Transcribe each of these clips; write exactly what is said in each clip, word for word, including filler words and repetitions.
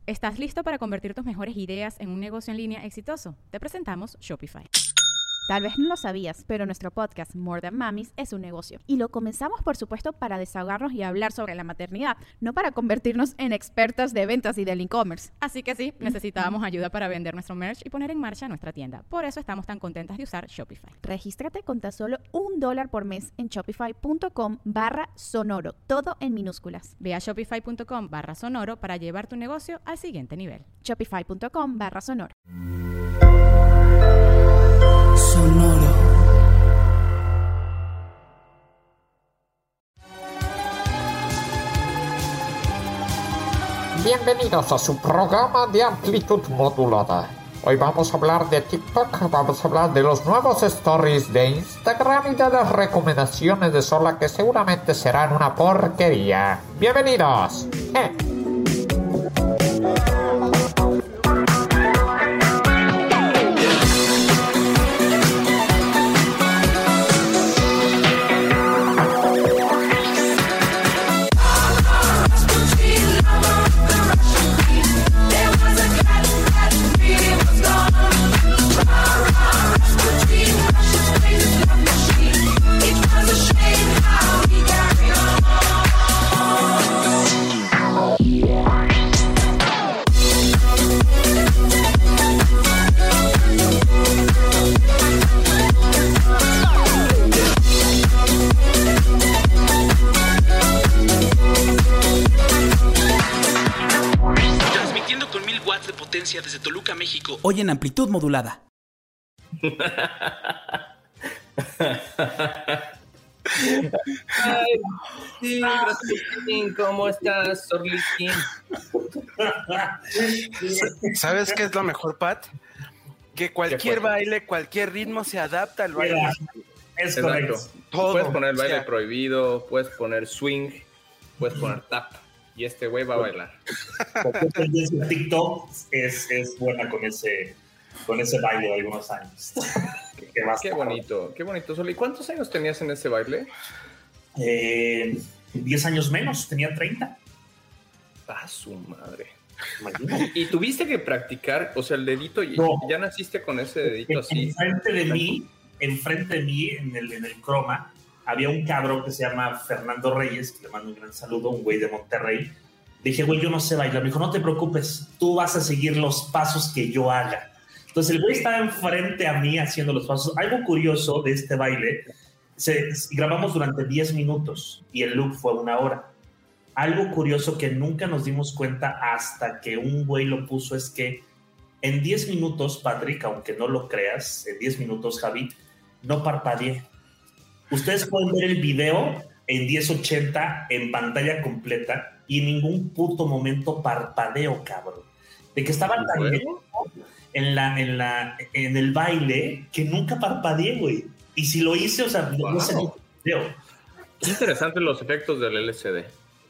¿Estás listo para convertir tus mejores ideas en un negocio en línea exitoso? Te presentamos Shopify. Tal vez no lo sabías, pero nuestro podcast More Than Mamis es un negocio. Y lo comenzamos, por supuesto, para desahogarnos y hablar sobre la maternidad, no para convertirnos en expertas de ventas y del e-commerce. Así que sí, necesitábamos ayuda para vender nuestro merch y poner en marcha nuestra tienda. Por eso estamos tan contentas de usar Shopify. Regístrate con tan solo un dólar por mes en shopify.com barra sonoro, todo en minúsculas. Ve a shopify.com barra sonoro para llevar tu negocio al siguiente nivel. Shopify.com barra sonoro. Sonoro. Bienvenidos a su programa de amplitud modulada. Hoy vamos a hablar de TikTok, vamos a hablar de los nuevos stories de Instagram y de las recomendaciones de Sola que seguramente serán una porquería. ¡Bienvenidos! ¡Eh! Desde Toluca, México. Hoy en amplitud modulada. Ay, sí, Rasputin, ¿cómo estás, Sorlikin? ¿Sabes qué es lo mejor, Pat? Que cualquier baile, cualquier ritmo se adapta al baile. Es correcto. Todo. Puedes poner baile O sea, prohibido, puedes poner swing, puedes poner tap. Y este güey va a bailar. TikTok es, es buena con ese, con ese baile de algunos años. Qué, qué bonito, qué bonito, Sol. ¿Y cuántos años tenías en ese baile? Eh, diez años menos, tenía treinta. ¡Ah, su madre! Imagínate. ¿Y tuviste que practicar, o sea, el dedito? No. ¿Ya naciste con ese dedito así? Enfrente de mí, enfrente de mí, en el, en el croma, había un cabrón que se llama Fernando Reyes, que le mando un gran saludo, un güey de Monterrey. Dije, güey, yo no sé bailar. Me dijo, no te preocupes, tú vas a seguir los pasos que yo haga. Entonces el güey estaba enfrente a mí haciendo los pasos. Algo curioso de este baile, se, grabamos durante diez minutos y el loop fue una hora. Algo curioso que nunca nos dimos cuenta hasta que un güey lo puso es que en diez minutos, Patrick, aunque no lo creas, en diez minutos, Javi, no parpadeé. Ustedes pueden ver el video en diez ochenta en pantalla completa y en ningún puto momento parpadeo, cabrón. De que estaba tan lento en, la, en, la, en el baile que nunca parpadeé, güey. Y si lo hice, o sea, wow. no sé ni video. Es interesante los efectos del L C D.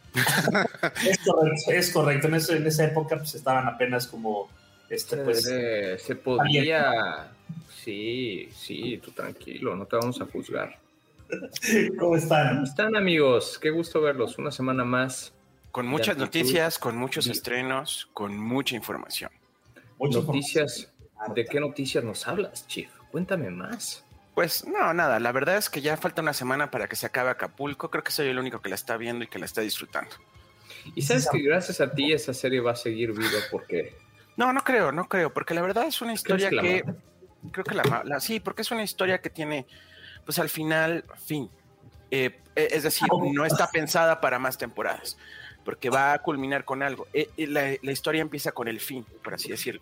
Es correcto, es correcto. En, ese, en esa época pues estaban apenas como... Este, pues, eh, se podía... Sí, sí, tú tranquilo, no te vamos a juzgar. ¿Cómo están? ¿Cómo están, amigos? Qué gusto verlos. Una semana más. Con muchas noticias, con muchos estrenos, con mucha información. Muchas noticias. ¿De qué noticias nos hablas, Chief? Cuéntame más. Pues no, nada. La verdad es que ya falta una semana para que se acabe Acapulco. Creo que soy el único que la está viendo y que la está disfrutando. Y sabes que gracias a ti esa serie va a seguir viva porque... No, no creo, no creo. Porque la verdad es una historia que... que creo que la, la... Sí, porque es una historia que tiene... Pues al final, fin, eh, es decir, no está pensada para más temporadas, porque va a culminar con algo. Eh, eh, la, la historia empieza con el fin, por así decirlo.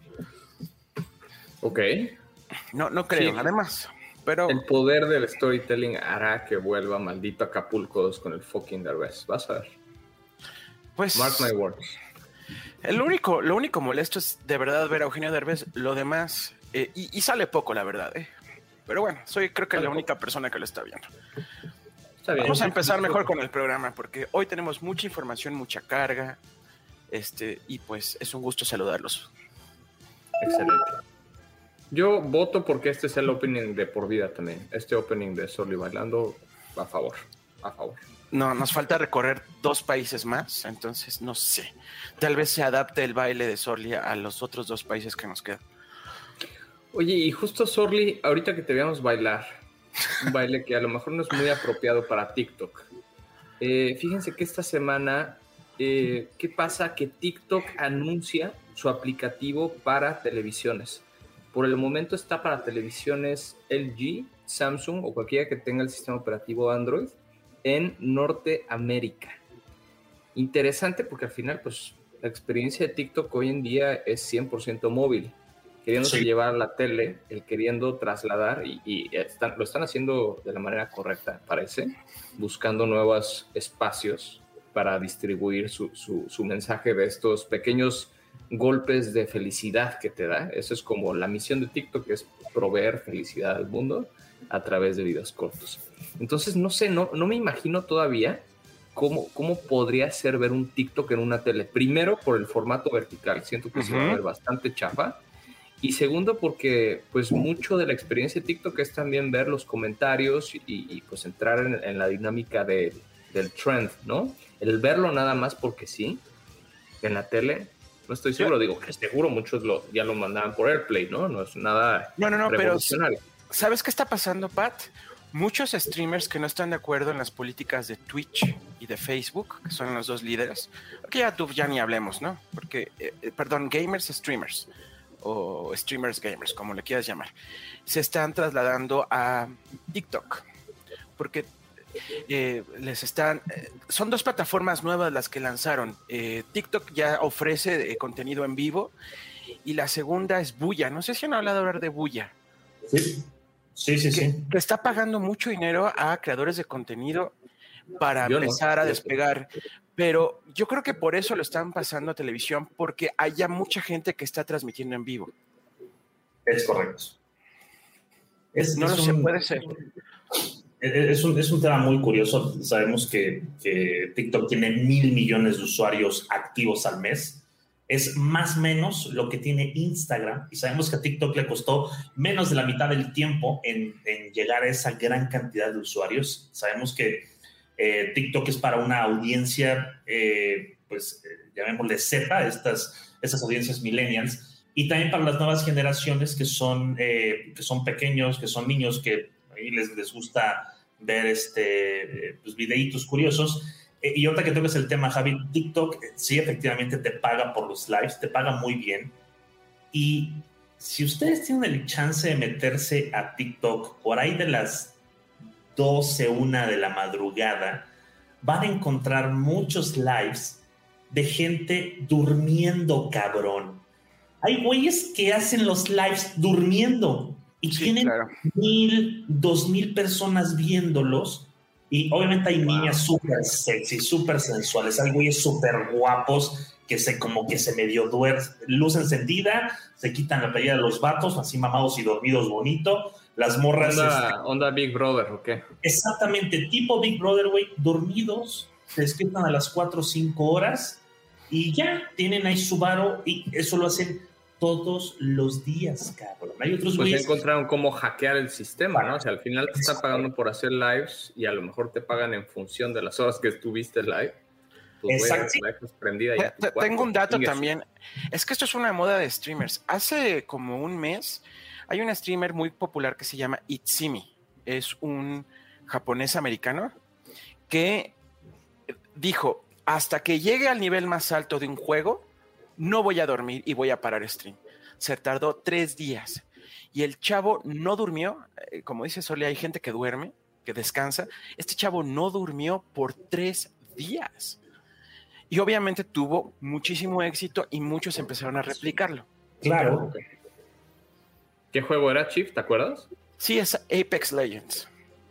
Ok. No, no creo, sí. Además, pero... El poder del storytelling hará que vuelva maldito Acapulco dos con el fucking Derbez. Vas a ver. Pues... Mark my words. El único, lo único molesto es de verdad ver a Eugenio Derbez. Lo demás, eh, y, y sale poco, la verdad, eh. Pero bueno, soy creo que la única persona que lo está viendo. Está bien. Vamos a empezar mejor con el programa, porque hoy tenemos mucha información, mucha carga, este, y pues es un gusto saludarlos. Excelente. Yo voto porque este es el opening de por vida también. Este opening de Soli bailando, a favor. a favor. No, nos falta recorrer dos países más, entonces no sé. Tal vez se adapte el baile de Sorli a los otros dos países que nos quedan. Oye, y justo Sorli, ahorita que te veamos bailar, un baile que a lo mejor no es muy apropiado para TikTok. Eh, fíjense que esta semana, eh, ¿qué pasa? Que TikTok anuncia su aplicativo para televisiones. Por el momento está para televisiones L G, Samsung o cualquiera que tenga el sistema operativo Android en Norteamérica. Interesante porque al final, pues, la experiencia de TikTok hoy en día es cien por ciento móvil. Queriéndose sí. llevar a la tele, el queriendo trasladar, y, y están, lo están haciendo de la manera correcta, parece, buscando nuevos espacios para distribuir su, su, su mensaje de estos pequeños golpes de felicidad que te da. Eso es como la misión de TikTok, es proveer felicidad al mundo a través de videos cortos. Entonces, no sé, no, no me imagino todavía cómo, cómo podría ser ver un TikTok en una tele. Primero, por el formato vertical. Siento que uh-huh. se va a ver bastante chafa. Y segundo, porque pues mucho de la experiencia de TikTok es también ver los comentarios y, y pues entrar en, en la dinámica de, del trend, ¿no? El verlo nada más porque sí, en la tele, no estoy seguro. Digo que seguro muchos lo, ya lo mandaban por AirPlay, ¿no? No es nada no, no, no, revolucionario. Pero ¿sabes qué está pasando, Pat? Muchos streamers que no están de acuerdo en las políticas de Twitch y de Facebook, que son los dos líderes, que ya tú ya ni hablemos, ¿no? Porque, eh, perdón, gamers, streamers, o streamers gamers, como le quieras llamar, se están trasladando a TikTok, porque eh, les están, eh, son dos plataformas nuevas las que lanzaron. eh, TikTok ya ofrece eh, contenido en vivo, y la segunda es Buya. No sé si han hablado ahora de Buya. Sí, sí, sí, que, sí. que está pagando mucho dinero a creadores de contenido para yo empezar no. a despegar. Pero yo creo que por eso lo están pasando a televisión, porque hay ya mucha gente que está transmitiendo en vivo. Es correcto. Es, no es lo un, sé, puede ser. Es un, es un tema muy curioso. Sabemos que, que TikTok tiene mil millones de usuarios activos al mes. Es más o menos lo que tiene Instagram. Y sabemos que a TikTok le costó menos de la mitad del tiempo en, en llegar a esa gran cantidad de usuarios. Sabemos que Eh, TikTok es para una audiencia, eh, pues eh, llamémosle Z, estas, estas audiencias millennials, y también para las nuevas generaciones que son, eh, que son pequeños, que son niños, que ahí les, les gusta ver este, eh, pues, videitos curiosos. Eh, y ahorita que tocas el tema, Javi, TikTok eh, sí efectivamente te paga por los lives, te paga muy bien. Y si ustedes tienen el chance de meterse a TikTok por ahí de las doce, una de la madrugada, van a encontrar muchos lives de gente durmiendo, cabrón. Hay güeyes que hacen los lives durmiendo y sí, tienen claro. mil, dos mil personas viéndolos, y obviamente hay wow. niñas súper sexy, súper sensuales, hay güeyes súper guapos que se como que se medio duermen, luz encendida, se quitan la playera de los vatos, así mamados y dormidos bonito. Las morras... Onda, este, onda Big Brother, ¿o qué? Exactamente, tipo Big Brother, güey, dormidos, se despiertan a las cuatro o cinco horas y ya tienen ahí su varo, y eso lo hacen todos los días, cabrón. Hay otros pues güeyes... encontraron cómo hackear el sistema, ¿no? O sea, al final te están pagando por hacer lives y a lo mejor te pagan en función de las horas que estuviste live. Pues exacto. Wey, la prendida ya Te, tengo un dato también. Es que esto es una moda de streamers. Hace como un mes hay un streamer muy popular que se llama Itsimi. Es un japonés americano que dijo, hasta que llegue al nivel más alto de un juego, no voy a dormir y voy a parar stream. Se tardó tres días. Y el chavo no durmió. Como dice Sole, hay gente que duerme, que descansa. Este chavo no durmió por tres días. Y obviamente tuvo muchísimo éxito y muchos empezaron a replicarlo. Claro. ¿Qué juego era, Chief? ¿Te acuerdas? Sí, es Apex Legends.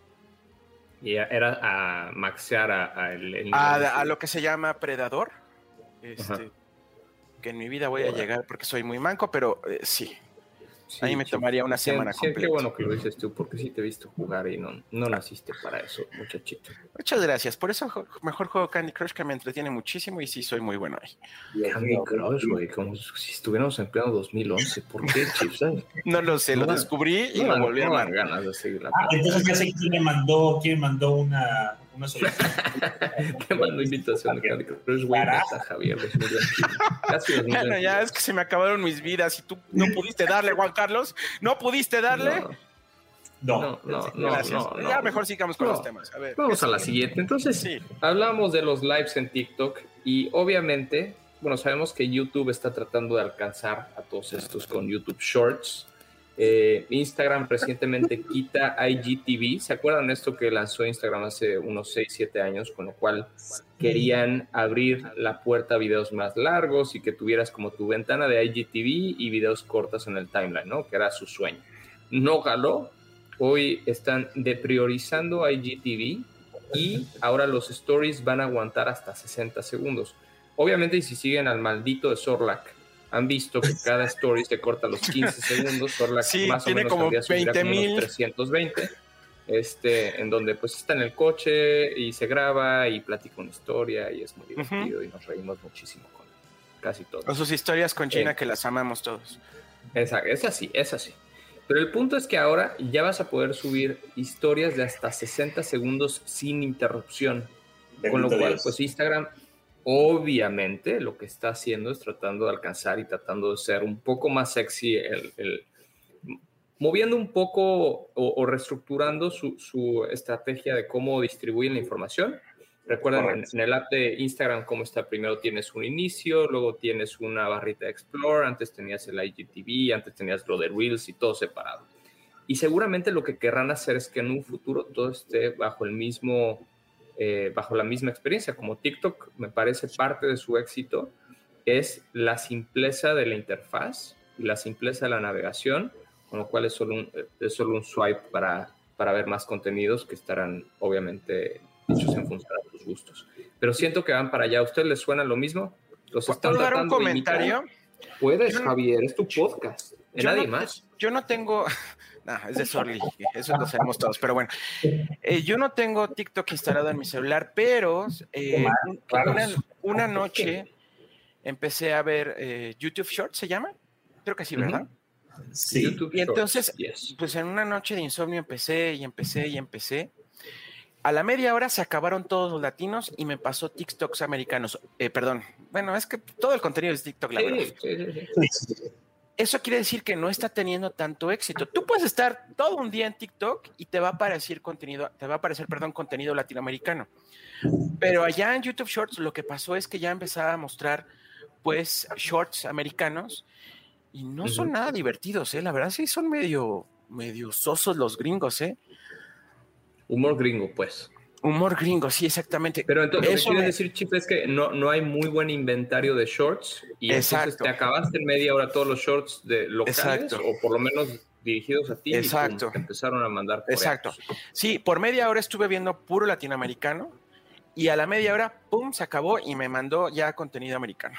Y era a maxear a, a, el, el a, a lo que se llama Predador. Este, que en mi vida voy a Ahora. llegar porque soy muy manco, pero eh, sí. Sí, Ahí me Chief. tomaría una sí, semana sí, completa. Qué bueno que lo dices tú, porque sí te he visto jugar y no, no naciste para eso, muchachito. Muchas gracias. Por eso mejor juego Candy Crush, que me entretiene muchísimo y sí soy muy bueno ahí. Candy Crush, güey, como si estuviéramos en pleno dos mil once. ¿Por qué, Chief? No lo sé, no, lo descubrí y no, lo volví no, a no dar ganas de seguir la Ah, entonces ya sé quién me mandó, quién me mandó una, Una solicitud. Te mando invitación de Candy Crush, güey, neta, Javier. dos mil veintiuno. Casi dos mil veintidós. Bueno, ya es que se me acabaron mis vidas y tú no pudiste darle, Juan Carlos. ¿No pudiste darle? No, no, no. no, no, no ya no, mejor sigamos con no. los temas. A ver, Vamos a la siguiente. Entonces, sí. hablamos de los lives en TikTok y obviamente, bueno, sabemos que YouTube está tratando de alcanzar a todos estos con YouTube Shorts. Eh, Instagram recientemente quita I G T V. ¿Se acuerdan de esto que lanzó Instagram hace unos seis, siete años? Con lo cual querían abrir la puerta a videos más largos y que tuvieras como tu ventana de I G T V y videos cortos en el timeline, ¿no? Que era su sueño. No jaló. Hoy están depriorizando I G T V y ahora los stories van a aguantar hasta sesenta segundos. Obviamente, y si siguen al maldito de Zorlak, han visto que cada story se corta los quince segundos. Zorlak sí, más o tiene menos como veinte mil trescientos veinte, este, en donde pues está en el coche y se graba y platica una historia y es muy divertido. Uh-huh. Y nos reímos muchísimo con casi todo. O sus historias con China eh, que las amamos todos. Esa, es así, es así. Pero el punto es que ahora ya vas a poder subir historias de hasta sesenta segundos sin interrupción. Bendito con lo cual, Dios. Pues Instagram obviamente lo que está haciendo es tratando de alcanzar y tratando de ser un poco más sexy, el, el, moviendo un poco o, o reestructurando su, su estrategia de cómo distribuyen la información. Recuerden, en, en el app de Instagram, cómo está, primero tienes un inicio, luego tienes una barrita de Explore, antes tenías el I G T V, antes tenías lo de Reels y todo separado. Y seguramente lo que querrán hacer es que en un futuro todo esté bajo el mismo... Eh, bajo la misma experiencia. Como TikTok, me parece parte de su éxito es la simpleza de la interfaz y la simpleza de la navegación, con lo cual es solo un, es solo un swipe para, para ver más contenidos que estarán obviamente hechos en función de tus gustos. Pero siento que van para allá. ¿A ustedes les suena lo mismo? ¿Los están ¿Puedo dar un comentario? Puedes, yo, Javier, es tu podcast. Nadie no, más. Yo no tengo... No, es de Sorly, eso lo sabemos todos, pero bueno. Eh, yo no tengo TikTok instalado en mi celular, pero eh, una, una noche empecé a ver eh, YouTube Shorts, ¿se llama? Creo que sí, ¿verdad? Sí. YouTube y entonces, yes. pues en una noche de insomnio empecé y empecé y empecé. A la media hora se acabaron todos los latinos y me pasó TikToks americanos. Eh, perdón, bueno, es que todo el contenido es TikTok, la sí, verdad. Sí, sí, sí. Eso quiere decir que no está teniendo tanto éxito. Tú puedes estar todo un día en TikTok y te va a aparecer contenido, te va a aparecer, perdón, contenido latinoamericano. Pero allá en YouTube Shorts lo que pasó es que ya empezaba a mostrar, pues, shorts americanos y no uh-huh. son nada divertidos, ¿eh? La verdad sí son medio, medio sosos los gringos, ¿eh? Humor gringo, pues. Humor gringo, sí, exactamente. Pero entonces, eso lo que me... quieres decir, Chip, es que no, no hay muy buen inventario de shorts y Exacto. entonces te acabaste en media hora todos los shorts de locales Exacto. o por lo menos dirigidos a ti Exacto. y pum, te empezaron a mandar por Exacto. Sí, por media hora estuve viendo puro latinoamericano y a la media hora, pum, se acabó y me mandó ya contenido americano.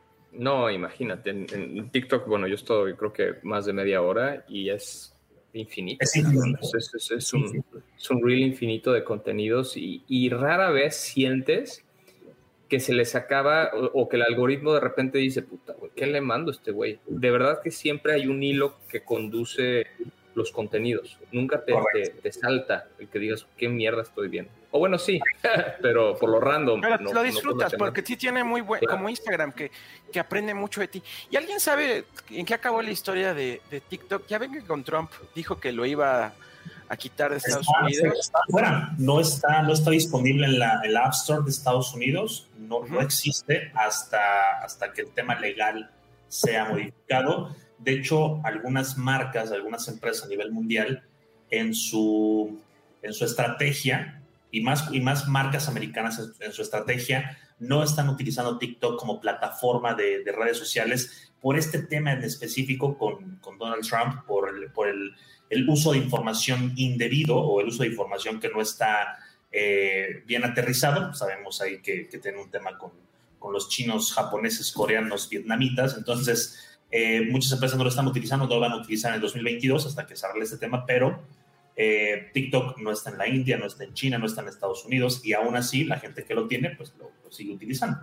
No, imagínate, en, en TikTok, bueno, yo estoy creo que más de media hora y es... infinito, es, infinito. Es, es, es, un, es un reel infinito de contenidos y, y rara vez sientes que se les acaba o, o que el algoritmo de repente dice, puta, güey, ¿qué le mando a este güey? De verdad que siempre hay un hilo que conduce los contenidos, nunca te, te, te salta el que digas, ¿qué mierda estoy viendo? O bueno, sí, pero por lo random. Pero no, lo disfrutas no porque sí tiene muy buen, claro. Como Instagram, que, que aprende mucho de ti. ¿Y alguien sabe en qué acabó la historia de, de TikTok? Ya ven que con Trump dijo que lo iba a quitar de Estados está, Unidos. Está fuera, no está, no está disponible en la, en la App Store de Estados Unidos, no, uh-huh. no existe hasta, hasta que el tema legal sea modificado. De hecho, algunas marcas, algunas empresas a nivel mundial, en su, en su estrategia, y más, y más marcas americanas en, en su estrategia, no están utilizando TikTok como plataforma de, de redes sociales por este tema en específico con, con Donald Trump, por, el, por el, el uso de información indebido o el uso de información que no está eh, bien aterrizado. Sabemos ahí que, que tiene un tema con, con los chinos, japoneses, coreanos, vietnamitas. Entonces, eh, muchas empresas no lo están utilizando, no lo van a utilizar en el dos mil veintidós hasta que se arregle este tema, pero eh, TikTok no está en la India, no está en China, no está en Estados Unidos, y aún así la gente que lo tiene, pues lo, lo sigue utilizando.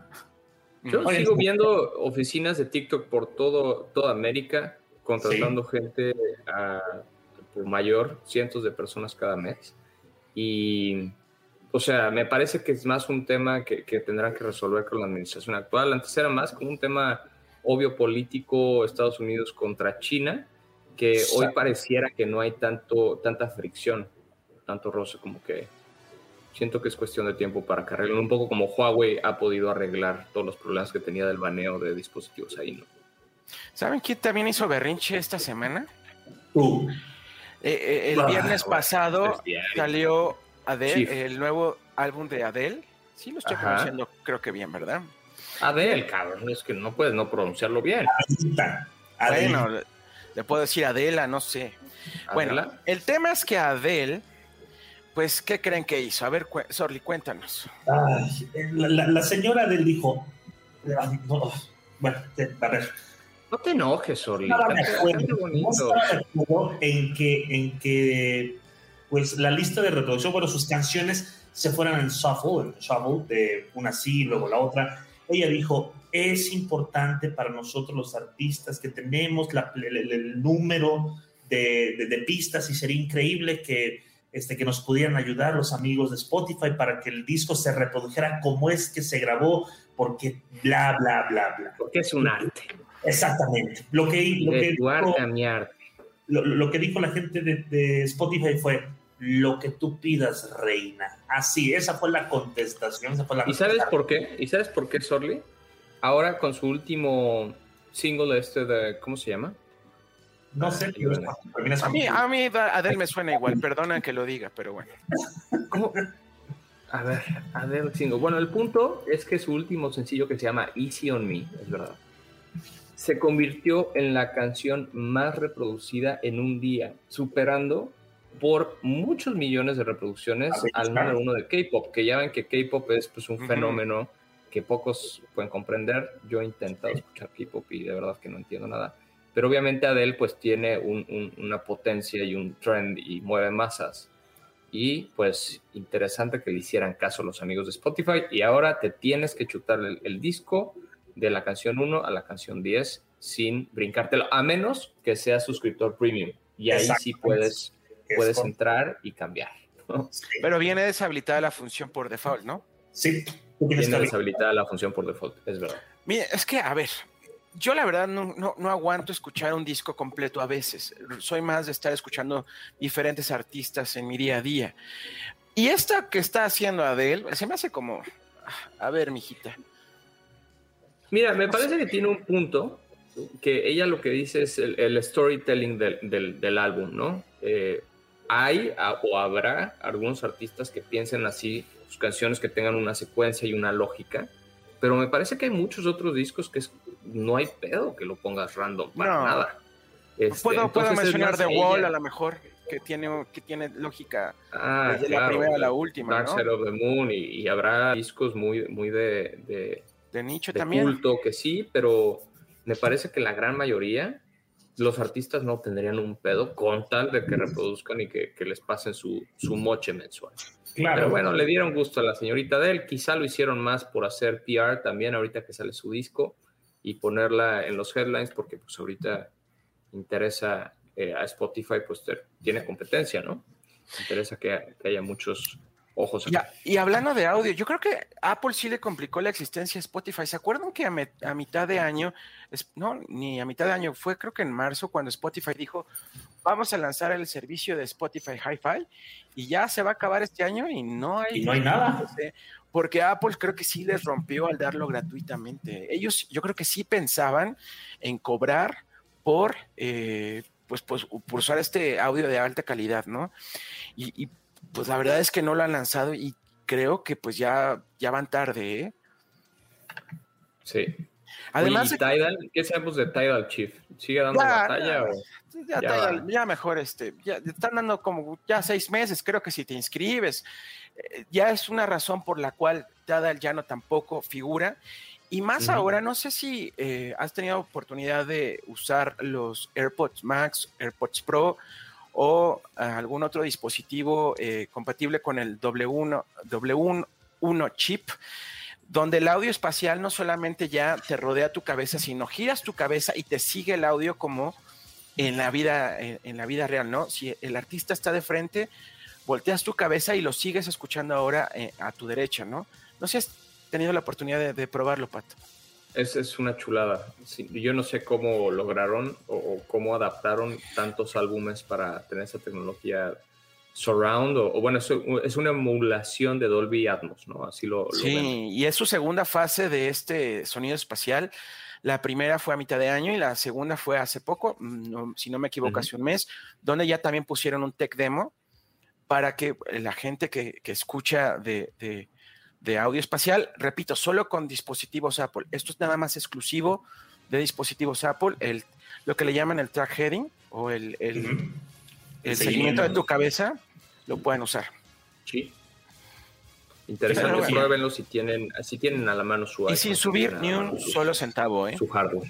Yo Oye, sigo viendo oficinas de TikTok por todo, toda América, contratando sí. gente a, por mayor, cientos de personas cada mes, y O sea, me parece que es más un tema que, que tendrán que resolver con la administración actual. Antes era más como un tema obvio político, Estados Unidos contra China, que sí. Hoy pareciera que no hay tanto, tanta fricción, tanto roce, como que siento que es cuestión de tiempo para que arreglen un poco como Huawei ha podido arreglar todos los problemas que tenía del baneo de dispositivos ahí, ¿no? ¿Saben quién también hizo berrinche esta semana? Uh. Eh, eh, el Ah, viernes bueno, pasado salió Adele, Chief. el nuevo álbum de Adele. Sí, lo estoy Ajá. pronunciando, creo que bien, ¿verdad? Adele, cabrón, es que no puedes no pronunciarlo bien. Adelita, Adelita. Bueno, le, le puedo decir Adela, no sé. Bueno, Adela. el tema es que Adele, pues, ¿qué creen que hizo? A ver, cu Sorli, cuéntanos. Ay, la, la, la señora del dijo, ay, no, bueno, a ver. No te enojes, Orly. No, Canta, canta no bonito. estaba de acuerdo en que, en que pues, la lista de reproducción, bueno, sus canciones se fueran en shuffle, en shuffle, de una sí, luego la otra. Ella dijo, es importante para nosotros los artistas que tenemos la, el, el número de, de, de pistas y sería increíble que, este, que nos pudieran ayudar los amigos de Spotify para que el disco se reprodujera como es que se grabó, porque bla, bla, bla, bla. Porque es un arte. Exactamente. Lo que, lo de que, tu dijo, arte a mi arte. lo, lo que dijo la gente de, de Spotify fue lo que tú pidas, reina. Así, esa fue la contestación. Esa fue la ¿Y sabes por qué? ¿Y sabes por qué, Sorly? Ahora con su último single este de... ¿Cómo se llama? No sé. Pero es, es a, mí, a mí Adele me suena igual. Perdonan que lo diga, pero bueno. ¿Cómo? A ver, Adele single. Bueno, el punto es que su último sencillo, que se llama Easy on Me, es verdad, se convirtió en la canción más reproducida en un día, superando por muchos millones de reproducciones al número uno de K-pop, que ya ven que K-pop es pues, un uh-huh. fenómeno que pocos pueden comprender. Yo he intentado escuchar K-pop y de verdad que no entiendo nada. Pero obviamente Adele pues tiene un, un, una potencia y un trend y mueve masas. Y pues interesante que le hicieran caso a los amigos de Spotify. Y ahora te tienes que chutar el, el disco de la canción uno a la canción diez sin brincártelo, a menos que seas suscriptor premium. Y ahí sí puedes, puedes entrar y cambiar, ¿no? Sí. Pero viene deshabilitada la función por default, ¿no? Sí. Viene deshabilitada la función por default, es verdad. Mire, es que, a ver, yo la verdad no, no, no aguanto escuchar un disco completo a veces. Soy más de estar escuchando diferentes artistas en mi día a día. Y esta que está haciendo Adele, se me hace como, a ver, mijita. Mira, me parece que tiene un punto, que ella lo que dice es el, el storytelling del, del, del álbum, ¿no? Eh, hay a, o habrá algunos artistas que piensen así, sus canciones que tengan una secuencia y una lógica, pero me parece que hay muchos otros discos que es, no hay pedo que lo pongas random para no. nada. Este, puedo, puedo mencionar The Wall a lo mejor, que tiene, que tiene lógica ah, desde claro, la primera a la última, Dark ¿no? Side of the Moon, y, y habrá discos muy, muy de... de de nicho de también. culto, que sí, pero me parece que la gran mayoría, los artistas no tendrían un pedo con tal de que reproduzcan y que, que les pasen su, su moche mensual. Claro. Pero bueno, le dieron gusto a la señorita Adele, quizá lo hicieron más por hacer P R también ahorita que sale su disco y ponerla en los headlines, porque pues ahorita interesa eh, a Spotify, pues te, tiene competencia, ¿no? Interesa que, que haya muchos ojos. Ya, y hablando de audio, yo creo que Apple sí le complicó la existencia a Spotify. ¿Se acuerdan que a, me, a mitad de año, es, no, ni a mitad de año, fue creo que en marzo cuando Spotify dijo, vamos a lanzar el servicio de Spotify Hi-Fi y ya se va a acabar este año y no hay, y no hay nada? Porque Apple creo que sí les rompió al darlo gratuitamente. Ellos yo creo que sí pensaban en cobrar por, eh, pues, pues, por usar este audio de alta calidad, ¿no? Y, y pues la verdad es que no lo han lanzado y creo que pues ya, ya van tarde, ¿eh? Sí. Además, Oye, Tidal, ¿qué sabemos de Tidal, Chief? ¿Sigue dando ya, batalla? Ya, o ya, ya, Tidal, ya mejor, este, ya están dando como ya seis meses, creo que si te inscribes, eh, ya es una razón por la cual Tidal ya no tampoco figura. Y más uh-huh. ahora, no sé si eh, has tenido oportunidad de usar los AirPods Max, AirPods Pro, o uh, algún otro dispositivo eh, compatible con el W uno chip, donde el audio espacial no solamente ya te rodea tu cabeza, sino giras tu cabeza y te sigue el audio como en la vida, en, en la vida real, ¿no? Si el artista está de frente, volteas tu cabeza y lo sigues escuchando ahora eh, a tu derecha, ¿no? No sé si has tenido la oportunidad de, de probarlo, Pat. Es, es una chulada. Sí, yo no sé cómo lograron o, o cómo adaptaron tantos álbumes para tener esa tecnología surround, o, o bueno, es, es una emulación de Dolby Atmos, ¿no? Así lo, lo Sí, ven. Y es su segunda fase de este sonido espacial. La primera fue a mitad de año y la segunda fue hace poco, no, si no me equivoco, uh-huh. hace un mes, donde ya también pusieron un tech demo para que la gente que, que escucha de... de de audio espacial, repito, solo con dispositivos Apple. Esto es nada más exclusivo de dispositivos Apple, el, lo que le llaman el track heading o el, el, uh-huh. el, el seguimiento de tu cabeza, lo pueden usar. Sí. Interesante, bueno, pruébenlo si tienen, si tienen a la mano su iPhone. Y sin subir ni un su, solo centavo, ¿eh? Su hardware.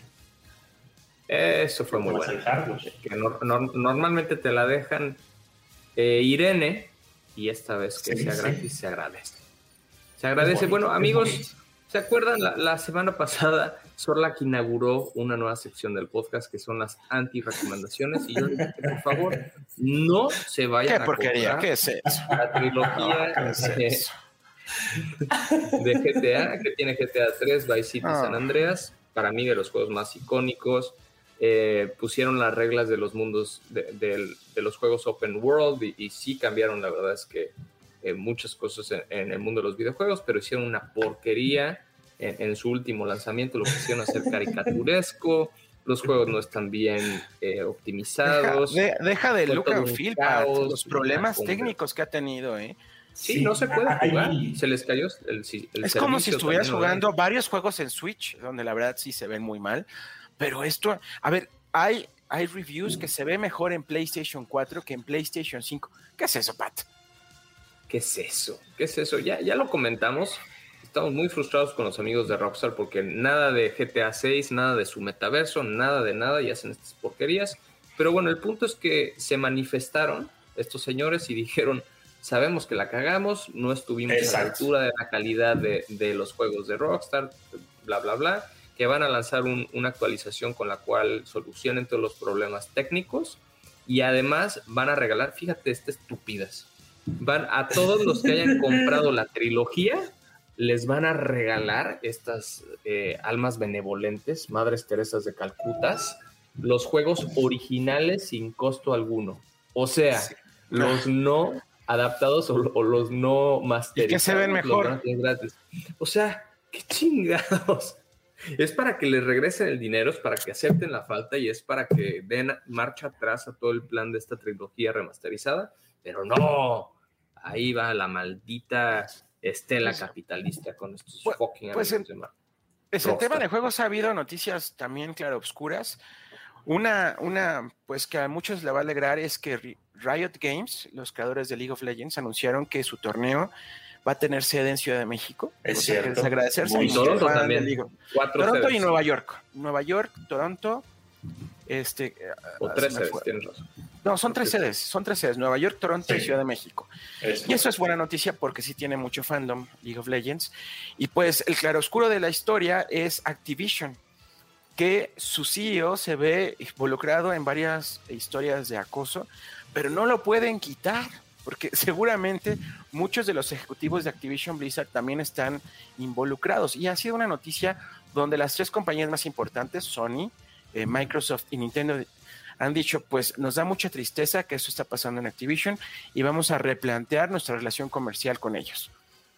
Eso fue muy bueno. Que no, no, normalmente te la dejan eh, Irene, y esta vez que sí, sea gratis, sí. se agradece. Se agradece. Bonito, bueno, amigos, ¿se acuerdan? La, la semana pasada Sorlac inauguró una nueva sección del podcast que son las anti-recomendaciones. Y yo dije que, por favor, no se vayan ¿Qué porquería? ¿Qué es eso? La trilogía no, es de, eso? de G T A, que tiene G T A tres, Vice City, oh. San Andreas. Para mí, de los juegos más icónicos. Eh, pusieron las reglas de los mundos, de, de, de los juegos open world y, y sí cambiaron, la verdad es que Eh, muchas cosas en, en el mundo de los videojuegos, pero hicieron una porquería en, en su último lanzamiento, lo quisieron hacer caricaturesco, los juegos no están bien eh, optimizados. Deja de, deja de look and feel, caos, los problemas técnicos que ha tenido, ¿eh? Sí, sí, no se puede jugar, se les cayó el, el Es como si estuvieras jugando varios juegos en Switch, donde la verdad sí se ven muy mal, pero esto, a ver, hay, hay reviews que se ve mejor en PlayStation cuatro que en PlayStation cinco. ¿Qué es eso, Pat? ¿Qué es eso? ¿Qué es eso? Ya, ya lo comentamos. Estamos muy frustrados con los amigos de Rockstar porque nada de G T A seis, nada de su metaverso, nada de nada, y hacen estas porquerías. Pero bueno, el punto es que se manifestaron estos señores y dijeron, sabemos que la cagamos, no estuvimos Exacto. a la altura de la calidad de, de los juegos de Rockstar, bla, bla, bla, que van a lanzar un, una actualización con la cual solucionen todos los problemas técnicos y además van a regalar, fíjate, esta estupidez. Van a todos los que hayan comprado la trilogía, les van a regalar estas eh, almas benevolentes, Madres Teresas de Calcutas, los juegos originales sin costo alguno. O sea, sí. los no adaptados o, o los no masterizados. ¿Y que se ven mejor? Gratis. O sea, qué chingados. Es para que les regresen el dinero, es para que acepten la falta y es para que den marcha atrás a todo el plan de esta trilogía remasterizada. Pero no, ahí va la maldita estela capitalista con estos pues, fucking pues en, de pues en tema de juegos ha habido noticias también claroscuras. Una, una, pues que a muchos le va a alegrar es que Riot Games, los creadores de League of Legends, anunciaron que su torneo va a tener sede en Ciudad de México. Es cierto. Agradecerse. Y Toronto también. Cuatro Toronto sedes. Y Nueva York. Nueva York, Toronto, este... O tres sedes, tienes razón. No, son tres sedes, son tres sedes, Nueva York, Toronto sí. y Ciudad de México. Es y eso es buena noticia porque sí tiene mucho fandom, League of Legends. Y pues el claroscuro de la historia es Activision, que su C E O se ve involucrado en varias historias de acoso, pero no lo pueden quitar, porque seguramente muchos de los ejecutivos de Activision Blizzard también están involucrados. Y ha sido una noticia donde las tres compañías más importantes, Sony, eh, Microsoft y Nintendo, han dicho, pues nos da mucha tristeza que esto está pasando en Activision y vamos a replantear nuestra relación comercial con ellos.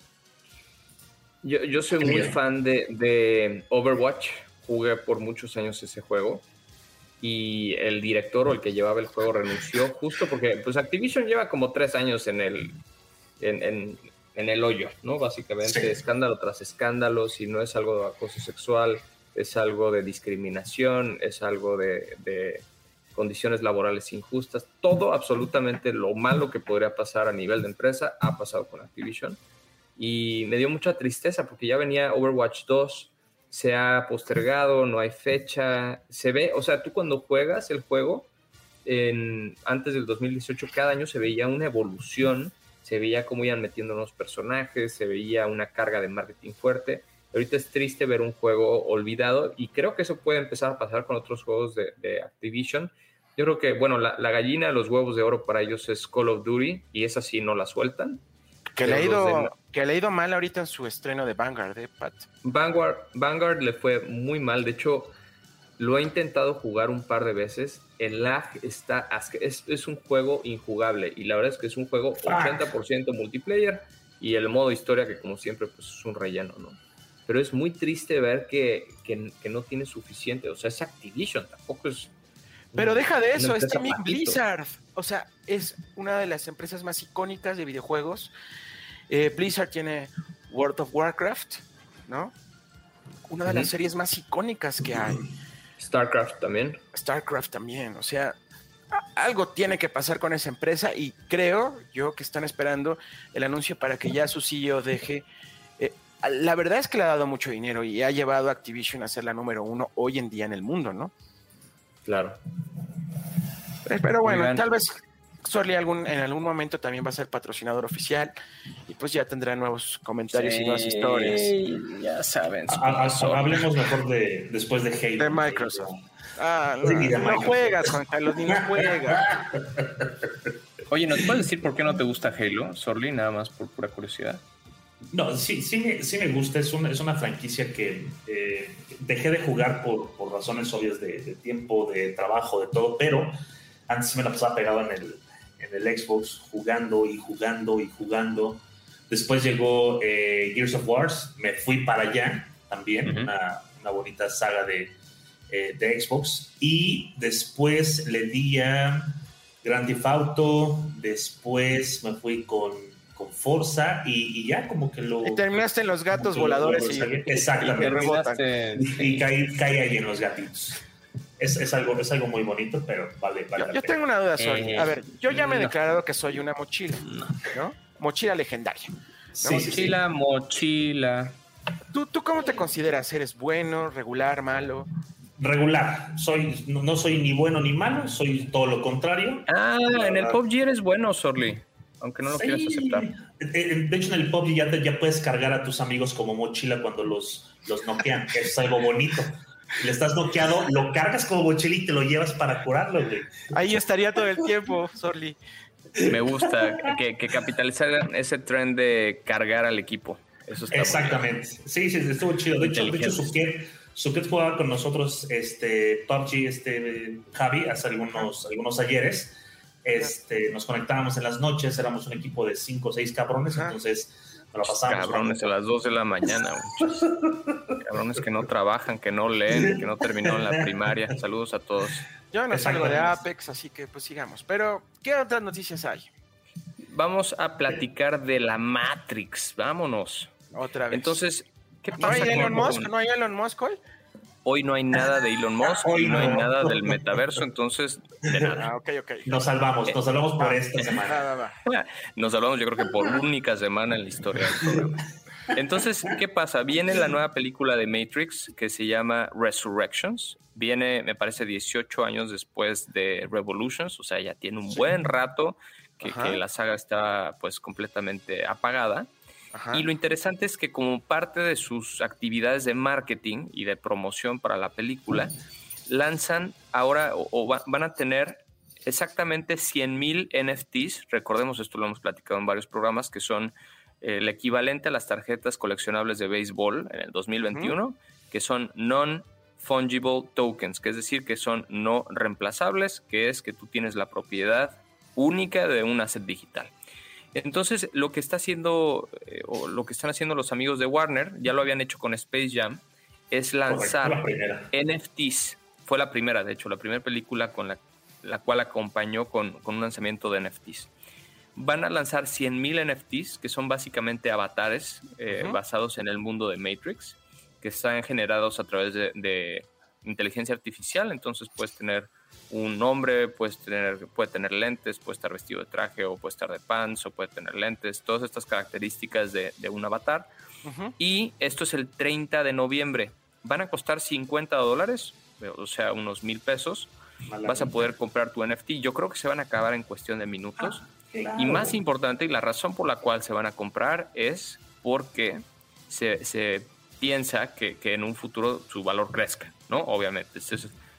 Yo, yo soy muy fan de, de Overwatch, jugué por muchos años ese juego y el director o el que llevaba el juego renunció justo porque pues Activision lleva como tres años en el, en, en, en el hoyo, ¿no? Básicamente sí. escándalo tras escándalo, si no es algo de acoso sexual, es algo de discriminación, es algo de... de condiciones laborales injustas, todo absolutamente lo malo que podría pasar a nivel de empresa ha pasado con Activision y me dio mucha tristeza porque ya venía Overwatch dos, se ha postergado, no hay fecha, se ve, o sea, tú cuando juegas el juego en, antes del dos mil dieciocho cada año se veía una evolución, se veía cómo iban metiendo nuevos personajes, se veía una carga de marketing fuerte. Ahorita es triste ver un juego olvidado y creo que eso puede empezar a pasar con otros juegos de, de Activision. Yo creo que, bueno, la, la gallina, los huevos de oro para ellos es Call of Duty, y esa sí no la sueltan. Que le, ha ido, de... que le ha ido mal ahorita en su estreno de Vanguard, ¿eh, Pat? Vanguard, Vanguard le fue muy mal. De hecho, lo he intentado jugar un par de veces. El lag está... Es, es un juego injugable. Y la verdad es que es un juego ochenta por ciento multiplayer. Y el modo historia, que como siempre, pues es un relleno, ¿no? Pero es muy triste ver que, que, que no tiene suficiente. O sea, es Activision, tampoco es... Pero deja de eso, es también Blizzard. O sea, es una de las empresas más icónicas de videojuegos. Eh, Blizzard tiene World of Warcraft, ¿no? Una de uh-huh. las series más icónicas que hay. StarCraft también. StarCraft también, o sea, algo tiene que pasar con esa empresa y creo yo que están esperando el anuncio para que ya su C E O deje. Eh, la verdad es que le ha dado mucho dinero y ha llevado a Activision a ser la número uno hoy en día en el mundo, ¿no? Claro. Pero bueno, Oigan. tal vez Sorli algún, en algún momento también va a ser patrocinador oficial y pues ya tendrá nuevos comentarios sí, y nuevas historias. Ya saben. A, a, hablemos mejor de después de Halo. De Microsoft. Ah, no, sí, de no Microsoft. Juegas, Juan Carlos, ni no juegas. Oye, ¿nos puedes decir por qué no te gusta Halo, Sorli? Nada más por pura curiosidad. No, sí, sí, me, sí me gusta. Es una, es una franquicia que eh, dejé de jugar por, por razones obvias de, de tiempo, de trabajo, de todo, pero antes me la pasaba pegado en el, en el Xbox, jugando y jugando y jugando. Después llegó eh, Gears of War, me fui para allá también, uh-huh. una, una bonita saga de, eh, de Xbox. Y después le di a Grand Theft Auto, después me fui con, con Forza y, y ya como que lo... Y terminaste en los gatos voladores. Lo, y, exactamente. Y, y, y caí, caí ahí en los gatitos. Es, es, algo, es algo muy bonito, pero vale, vale yo, yo tengo una duda, Sorry. Eh, a ver, yo ya me he declarado que soy una mochila, ¿no? Mochila legendaria. ¿no? Sí, mochila, sí. mochila. ¿Tú, ¿Tú cómo te consideras? ¿Eres bueno, regular, malo? Regular. Soy, no, no soy ni bueno ni malo, soy todo lo contrario. Ah, en el P U B G eres bueno, Sorli, aunque no lo sí. quieras aceptar. De hecho, en el P U B G ya, te, ya puedes cargar a tus amigos como mochila cuando los, los noquean, que es algo bonito. Le estás noqueado, lo cargas como mochila y te lo llevas para curarlo, güey. Ahí estaría todo el tiempo, Sorli. Me gusta que, que capitalizaran ese trend de cargar al equipo. Eso está exactamente. Sí, sí, estuvo chido. De hecho, de hecho Suket, Suket jugaba con nosotros este, P U B G, este, Javi, hace algunos, algunos ayeres. Este, nos conectábamos en las noches, éramos un equipo de cinco o seis cabrones, entonces... Nos lo pasamos, cabrones, a las dos de la mañana. Muchos. Cabrones que no trabajan, que no leen, que no terminaron la primaria. Saludos a todos. Yo no salgo de Apex, así que pues sigamos. Pero, ¿qué otras noticias hay? Vamos a platicar de la Matrix. Vámonos. Otra vez. Entonces, ¿qué ¿No pasa? hay Elon con... Musk? ¿No hay Elon Musk hoy? Hoy no hay nada de Elon Musk y no hay nada del metaverso, entonces de nada. Ah, okay, okay. Nos salvamos, nos salvamos por esta semana. Va, va, va. Nos salvamos yo creo que por única semana en la historia del programa. Entonces, ¿qué pasa? Viene la nueva película de Matrix que se llama Resurrections. Viene, me parece, dieciocho años después de Revolutions, o sea, ya tiene un buen rato que, que la saga está pues completamente apagada. Ajá. Y lo interesante es que como parte de sus actividades de marketing y de promoción para la película, lanzan ahora o, o va, van a tener exactamente cien mil N F Ts. Recordemos, esto lo hemos platicado en varios programas, que son eh, el equivalente a las tarjetas coleccionables de béisbol en el dos mil veintiuno, uh-huh. que son non-fungible tokens, que es decir, que son no reemplazables, que es que tú tienes la propiedad única de un asset digital. Entonces, lo que está haciendo, eh, o lo que están haciendo los amigos de Warner, ya lo habían hecho con Space Jam, es lanzar N F Ts. Fue la primera, de hecho, la primera película con la, la cual acompañó con, con un lanzamiento de N F Ts. Van a lanzar cien mil N F Ts, que son básicamente avatares eh, uh-huh. basados en el mundo de Matrix, que están generados a través de, de inteligencia artificial. Entonces puedes tener un hombre, puedes tener, puede tener lentes, puede estar vestido de traje, o puede estar de pants, o puede tener lentes, todas estas características de, de un avatar. Uh-huh. Y esto es el treinta de noviembre. Van a costar cincuenta dólares, o sea, unos mil pesos. Malamente. Vas a poder comprar tu N F T. Yo creo que se van a acabar en cuestión de minutos. Ah, claro. Y más importante, y la razón por la cual se van a comprar es porque se, se piensa que, que en un futuro su valor crezca, ¿no? Obviamente, ese es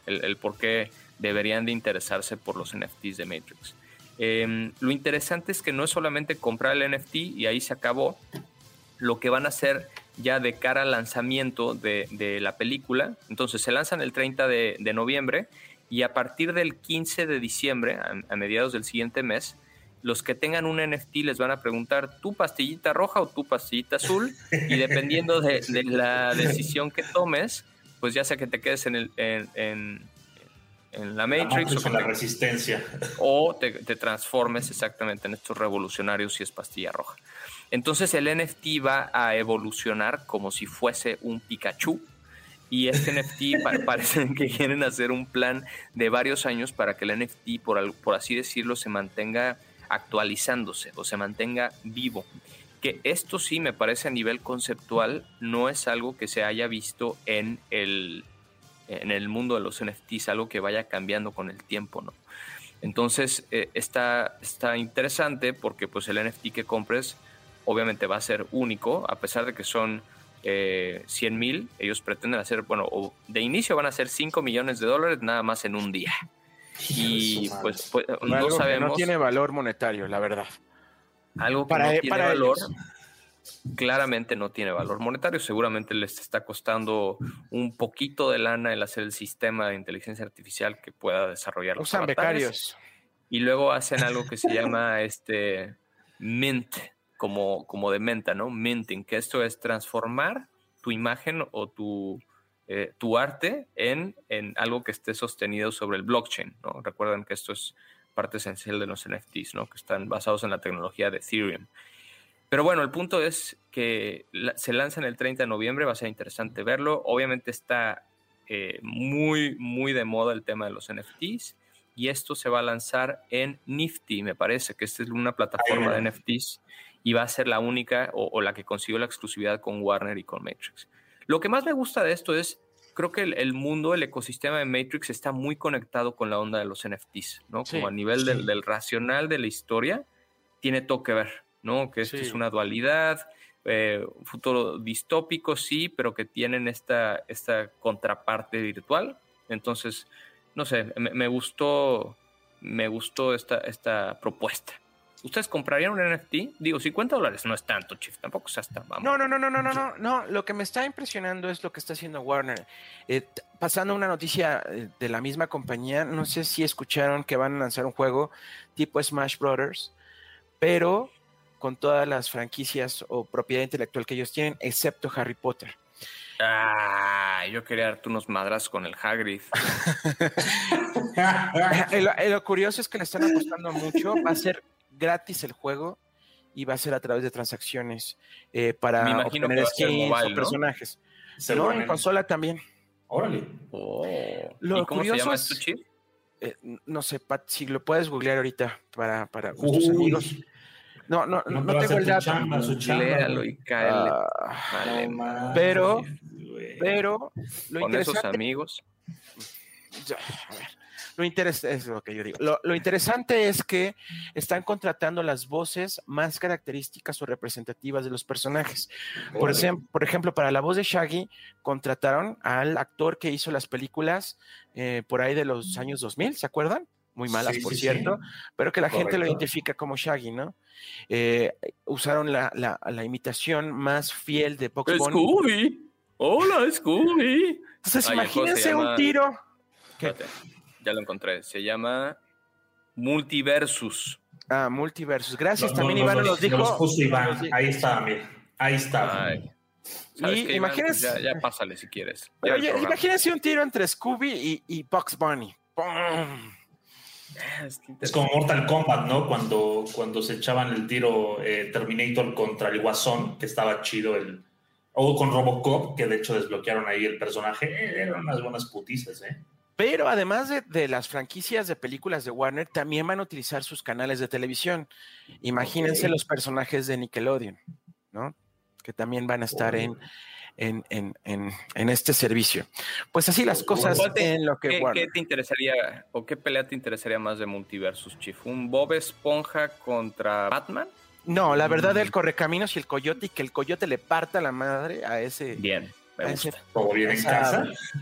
el, el por qué deberían de interesarse por los N F Ts de Matrix. Eh, lo interesante es que no es solamente comprar el N F T y ahí se acabó. Lo que van a hacer ya de cara al lanzamiento de, de la película, entonces se lanzan el treinta de, de noviembre y a partir del quince de diciembre, a, a mediados del siguiente mes, los que tengan un N F T les van a preguntar tu pastillita roja o tu pastillita azul, y dependiendo de, de la decisión que tomes, pues ya sea que te quedes en, el, en, en, en la Matrix, la Matrix o en la te, resistencia, o te, te transformes exactamente en estos revolucionarios si es pastilla roja. Entonces el N F T va a evolucionar como si fuese un Pikachu, y este N F T pa- parece que quieren hacer un plan de varios años para que el N F T, por, al- por así decirlo, se mantenga actualizándose o se mantenga vivo. Que esto sí me parece a nivel conceptual no es algo que se haya visto en el, en el mundo de los N F Ts, algo que vaya cambiando con el tiempo, ¿no? Entonces eh, está, está interesante porque pues el N F T que compres obviamente va a ser único, a pesar de que son eh, cien mil, ellos pretenden hacer, bueno, o de inicio van a ser cinco millones de dólares nada más en un día. Y pues, pues no algo sabemos. Que no tiene valor monetario, la verdad. Algo que para, no tiene para valor, ellos. Claramente no tiene valor monetario. Seguramente les está costando un poquito de lana el hacer el sistema de inteligencia artificial que pueda desarrollar los Usan avatares. becarios. Y luego hacen algo que se llama este mint, como, como de menta, ¿no? Minting, que esto es transformar tu imagen o tu, eh, tu arte en, en algo que esté sostenido sobre el blockchain, ¿no? Recuerden que esto es parte esencial de los N F Ts, ¿no? Que están basados en la tecnología de Ethereum. Pero bueno, el punto es que la, se lanza en el treinta de noviembre, va a ser interesante verlo. Obviamente está eh, muy, muy de moda el tema de los N F Ts, y esto se va a lanzar en Nifty, me parece, que esta es una plataforma de N F Ts, y va a ser la única o, o la que consiguió la exclusividad con Warner y con Matrix. Lo que más me gusta de esto es, creo que el, el mundo, el ecosistema de Matrix está muy conectado con la onda de los N F Ts, ¿no? Sí, Como a nivel sí. del, del racional de la historia, tiene todo que ver, ¿no? Que esto Sí. es una dualidad, eh, un futuro distópico, sí, pero que tienen esta, esta contraparte virtual. Entonces, no sé, me, me gustó, me gustó esta, esta propuesta. ¿Ustedes comprarían un N F T? Digo, cincuenta dólares no es tanto, Chief, tampoco es hasta, vamos. No, no, no, no, no, no, no, no. Lo que me está impresionando es lo que está haciendo Warner. Eh, t- pasando una noticia eh, de la misma compañía, no sé si escucharon que van a lanzar un juego tipo Smash Brothers, pero con todas las franquicias o propiedad intelectual que ellos tienen, excepto Harry Potter. Ah, yo quería darte unos madras con el Hagrid. Eh, lo, eh, lo curioso es que le están apostando mucho. Va a ser gratis el juego y va a ser a través de transacciones eh, para Me imagino obtener que va a ser skins mobile, o ¿no? personajes. Se No, ponen- en consola también. Órale. Oh. Lo ¿Y cómo se curioso llama es- esto, Chief? Eh, no sé, Pat, si lo puedes googlear ahorita para, para nuestros Uy. amigos. No, no, no, No, no va a tengo ser el tu dato. chamba, su chamba, Léalo güey. y cáele. Ah, Vale, No mames, pero- güey. pero lo con esos interesante, amigos. Ya, a ver, lo interes- es lo que yo digo. Lo, lo interesante es que están contratando las voces más características o representativas de los personajes. Por, Órale. ejem- por ejemplo, para la voz de Shaggy contrataron al actor que hizo las películas eh, por ahí de los años dos mil, ¿se acuerdan? Muy malas, Sí, por sí, cierto, sí. pero que la gente lo Correcto. identifica como Shaggy, ¿no? Eh, usaron la, la- la imitación más fiel de Bugs Bunny. Scooby. Hola, Scooby. Entonces, Ay, el juego se imagínense llama- un tiro. ¿Qué? Espérate, ya lo encontré. Se llama Multiversus. Ah, Multiversus. Gracias. No, También no, Iván no, nos no, dijo. los puso Iván. nos di- Ahí está, mira. Ahí está. Ay. ¿Sabes Y qué, Iván? imagínense- Pues ya, ya pásale si quieres. Pero Ya el ya- programa. imagínense un tiro entre Scooby y, y Bugs Bunny. ¡Pum! Es que Es como Mortal Kombat, ¿no? Cuando, cuando se echaban el tiro eh, Terminator contra el Guasón, que estaba chido el... O con Robocop, que de hecho desbloquearon ahí el personaje. Eh, eran unas buenas putizas, ¿eh? Pero además de, de las franquicias de películas de Warner, también van a utilizar sus canales de televisión. Imagínense Ok. los personajes de Nickelodeon, ¿no? Que también van a estar en, en, en, en, en este servicio. Pues así las cosas ¿Cuál te- en lo que ¿Qué, Warner. qué te interesaría o qué pelea te interesaría más de Multiversus, Chief? ¿Un Bob Esponja contra Batman? No, la verdad, Mm. el Correcaminos y el Coyote, y que el Coyote le parta la madre a ese. Bien, me a gusta. ese Todo bien en Esa- casa.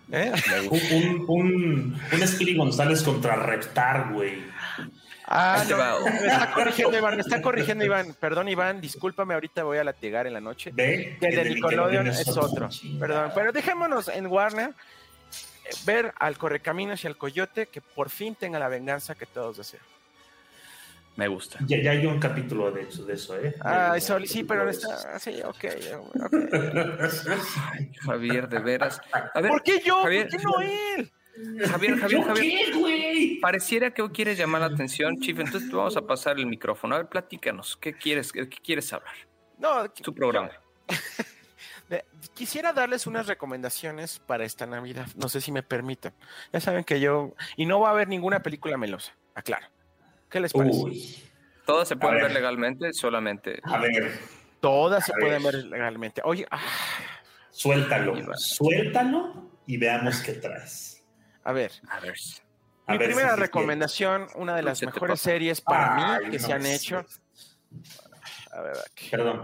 ¿Eh? Un, un, un Speedy González contra Reptar, güey. Ah, no, me está corrigiendo Iván, me está corrigiendo Iván. Perdón, Iván, discúlpame, ahorita voy a latigar en la noche. ¿Ve? Que el de Nickelodeon es otro. Perdón, pero dejémonos en Warner ver al Correcaminos y al Coyote que por fin tenga la venganza que todos desean. Me gusta. Ya, ya hay un capítulo de eso, de eso ¿eh? Ah, eso, sí, pero no está... Sí, ok. okay. Ay, Javier, de veras. A ver, ¿por qué yo? Javier, ¿por qué no él? Javier, Javier, Javier. ¿Qué, güey? Pareciera que hoy quieres llamar la atención, Chief. Entonces te vamos a pasar el micrófono. A ver, platícanos. ¿Qué quieres, qué quieres hablar? No, tu programa. Quisiera darles unas recomendaciones para esta Navidad. No sé si me permitan. Ya saben que yo... Y no va a haber ninguna película melosa, aclaro. ¿Qué les parece? Uy. Todas se pueden ver legalmente, solamente. A ver. Todas se a pueden ver. ver legalmente. Oye, ah. Suéltalo. Suéltalo y veamos qué traes. A ver. A ver. A Mi ver primera si recomendación, una de las ¿Qué te mejores pasa? series para Ay, mí que no se han me hecho. A ver, aquí. Perdón.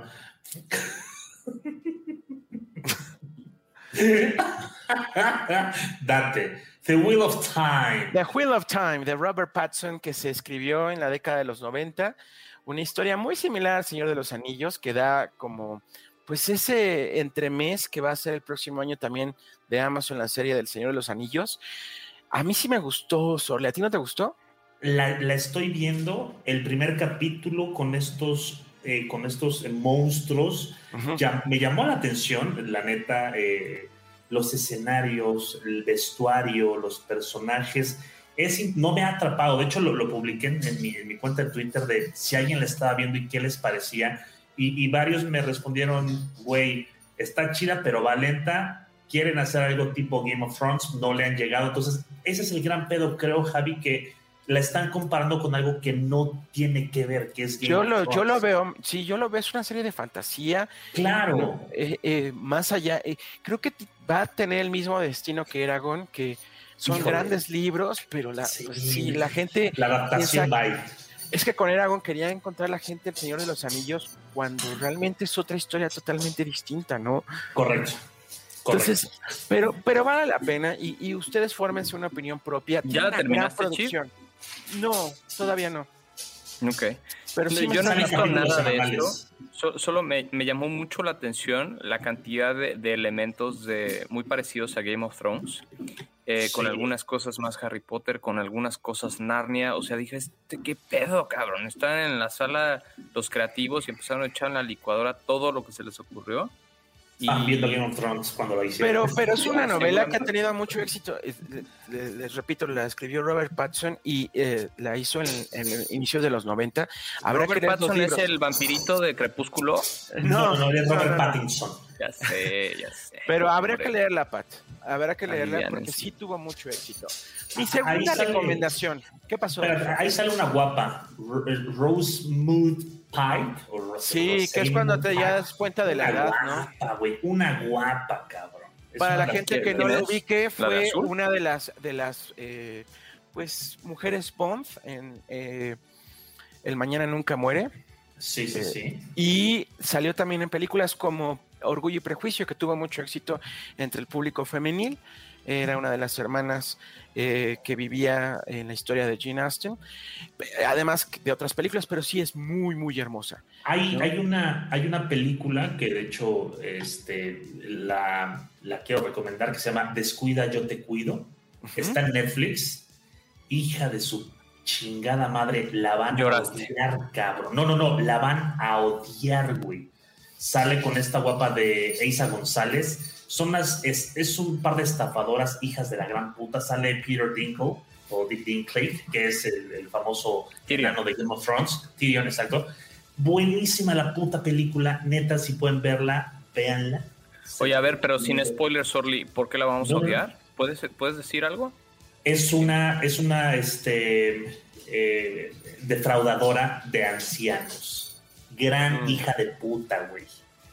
Date. The Wheel of Time. The Wheel of Time, de Robert Pattinson, que se escribió en la década de los noventa. Una historia muy similar al Señor de los Anillos, que da como, pues, ese entremés que va a ser el próximo año también de Amazon, la serie del Señor de los Anillos. A mí sí me gustó, Sorle. ¿A ti no te gustó? La, la estoy viendo, el primer capítulo con estos, eh, con estos eh, monstruos. Uh-huh. Ya, me llamó la atención, la neta, eh, los escenarios, el vestuario, los personajes. Es, no me ha atrapado. De hecho, lo, lo publiqué en, en, mi, en mi cuenta de Twitter de si alguien la estaba viendo y qué les parecía. Y, y varios me respondieron, güey, está chida, pero va lenta. Quieren hacer algo tipo Game of Thrones, no le han llegado. Entonces, ese es el gran pedo, creo, Javi, que la están comparando con algo que no tiene que ver, que es Game Yo of lo, Thrones. yo lo veo, sí, yo lo veo, es una serie de fantasía. Claro. Eh, eh, más allá, eh, creo que t- va a tener el mismo destino que Eragon, que son Híjole. grandes libros, pero la, Sí. pues, sí, la gente... La adaptación piensa- bye. Es que con Eragon quería encontrar la gente el Señor de los Anillos cuando realmente es otra historia totalmente distinta, ¿no? Correcto. Entonces, pero, pero vale la pena y, y ustedes fórmense una opinión propia. ¿Ya Tiene la una terminaste, gran producción. No, todavía no. Ok. Pero sí me Yo no he salen visto capítulos nada de semanales. esto. So- solo me, me llamó mucho la atención la cantidad de, de elementos de, muy parecidos a Game of Thrones. Eh, Sí. Con algunas cosas más Harry Potter, con algunas cosas Narnia. O sea, dije, este, ¿qué pedo, cabrón? Están en la sala los creativos y empezaron a echar en la licuadora todo lo que se les ocurrió. Y... Estaban viendo Game of Thrones cuando lo hicieron. Pero, pero es una Sí, novela que ha seguramente. tenido mucho éxito. Eh, Les, les repito, la escribió Robert Pattinson y eh, la hizo en, en el inicio de los noventa. Habrá Robert que leer los Pattinson es libros. el vampirito de Crepúsculo. No, no, no, es no, Robert no, no. Pattinson. Ya sé, ya sé. Pero habrá Hombre. que leerla, Pat. Habrá que leerla Aliviánense. porque sí tuvo mucho éxito. Mi Ahí segunda sale- recomendación. ¿Qué pasó? Pero ahí sale una guapa, Ro- Rosemood Pike. O Ro- Sí, que es cuando te Rosemood das cuenta de la Pike. edad, Una ¿no? guapa, güey, una guapa, cabrón. Es Para una la de gente las que no ¿quién lo es? ubique, ¿La de fue azul? una de las de las eh, pues mujeres Bond en eh, El Mañana Nunca Muere. Sí, sí, sí. Y salió también en películas como Orgullo y Prejuicio, que tuvo mucho éxito entre el público femenil. Era una de las hermanas eh, que vivía en la historia de Jane Austen, además de otras películas, pero sí es muy, muy hermosa. Hay, ¿no? hay, una, hay una película que de hecho este, la, la quiero recomendar que se llama Descuida, yo te cuido. Ujú. Está en Netflix. Hija de su chingada madre, la van Lloraste. a odiar, cabrón. No, no, no, la van a odiar, güey. Sale con esta guapa de Eiza González. Son las, es, es un par de estafadoras, hijas de la gran puta. Sale Peter Dinklage, o D- Dinklage, que es el, el famoso Tyrion. enano de Game of Thrones. Tyrion, exacto. Buenísima la puta película. Neta, si pueden verla, véanla. Oye, a ver, pero sin spoilers, Orly, ¿por qué la vamos a No, no. odiar? ¿Puedes, ¿Puedes decir algo? Es una, es una este, eh, defraudadora de ancianos. Gran Mm. hija de puta, güey.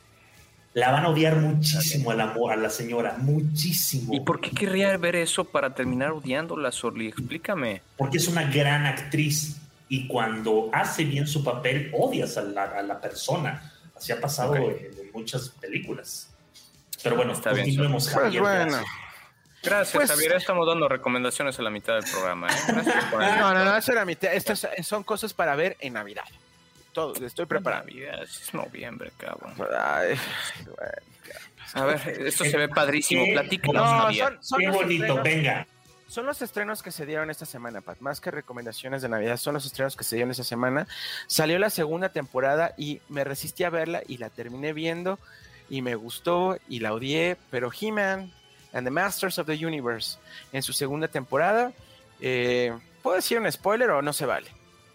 La van a odiar muchísimo a la, mo- a la señora, muchísimo. ¿Y por qué querría ver eso para terminar odiándola, Orly? Explícame. Porque es una gran actriz y cuando hace bien su papel, odias a la, a la persona. Así ha pasado Ok. en, en muchas películas. Pero bueno, Está bien, continuemos, Pues Javier. bueno, gracias. Gracias, Pues- Javier. Ya estamos dando recomendaciones a la mitad del programa. ¿eh? Gracias por No, no, no, eso era mitad. Estas son cosas para ver en Navidad. Todo, estoy preparado. Navidad, es noviembre, cabrón. Ay, bueno. A ver, esto se ve padrísimo. ¿Qué? Platícanos, No, Javier. son, son Qué los bonito, estrenos- venga. Son los estrenos que se dieron esta semana, Pat. Más que recomendaciones de Navidad, son los estrenos que se dieron esta semana. Salió la segunda temporada y me resistí a verla y la terminé viendo y me gustó y la odié, pero He-Man and the Masters of the Universe en su segunda temporada, eh, ¿puedo decir un spoiler o no se vale?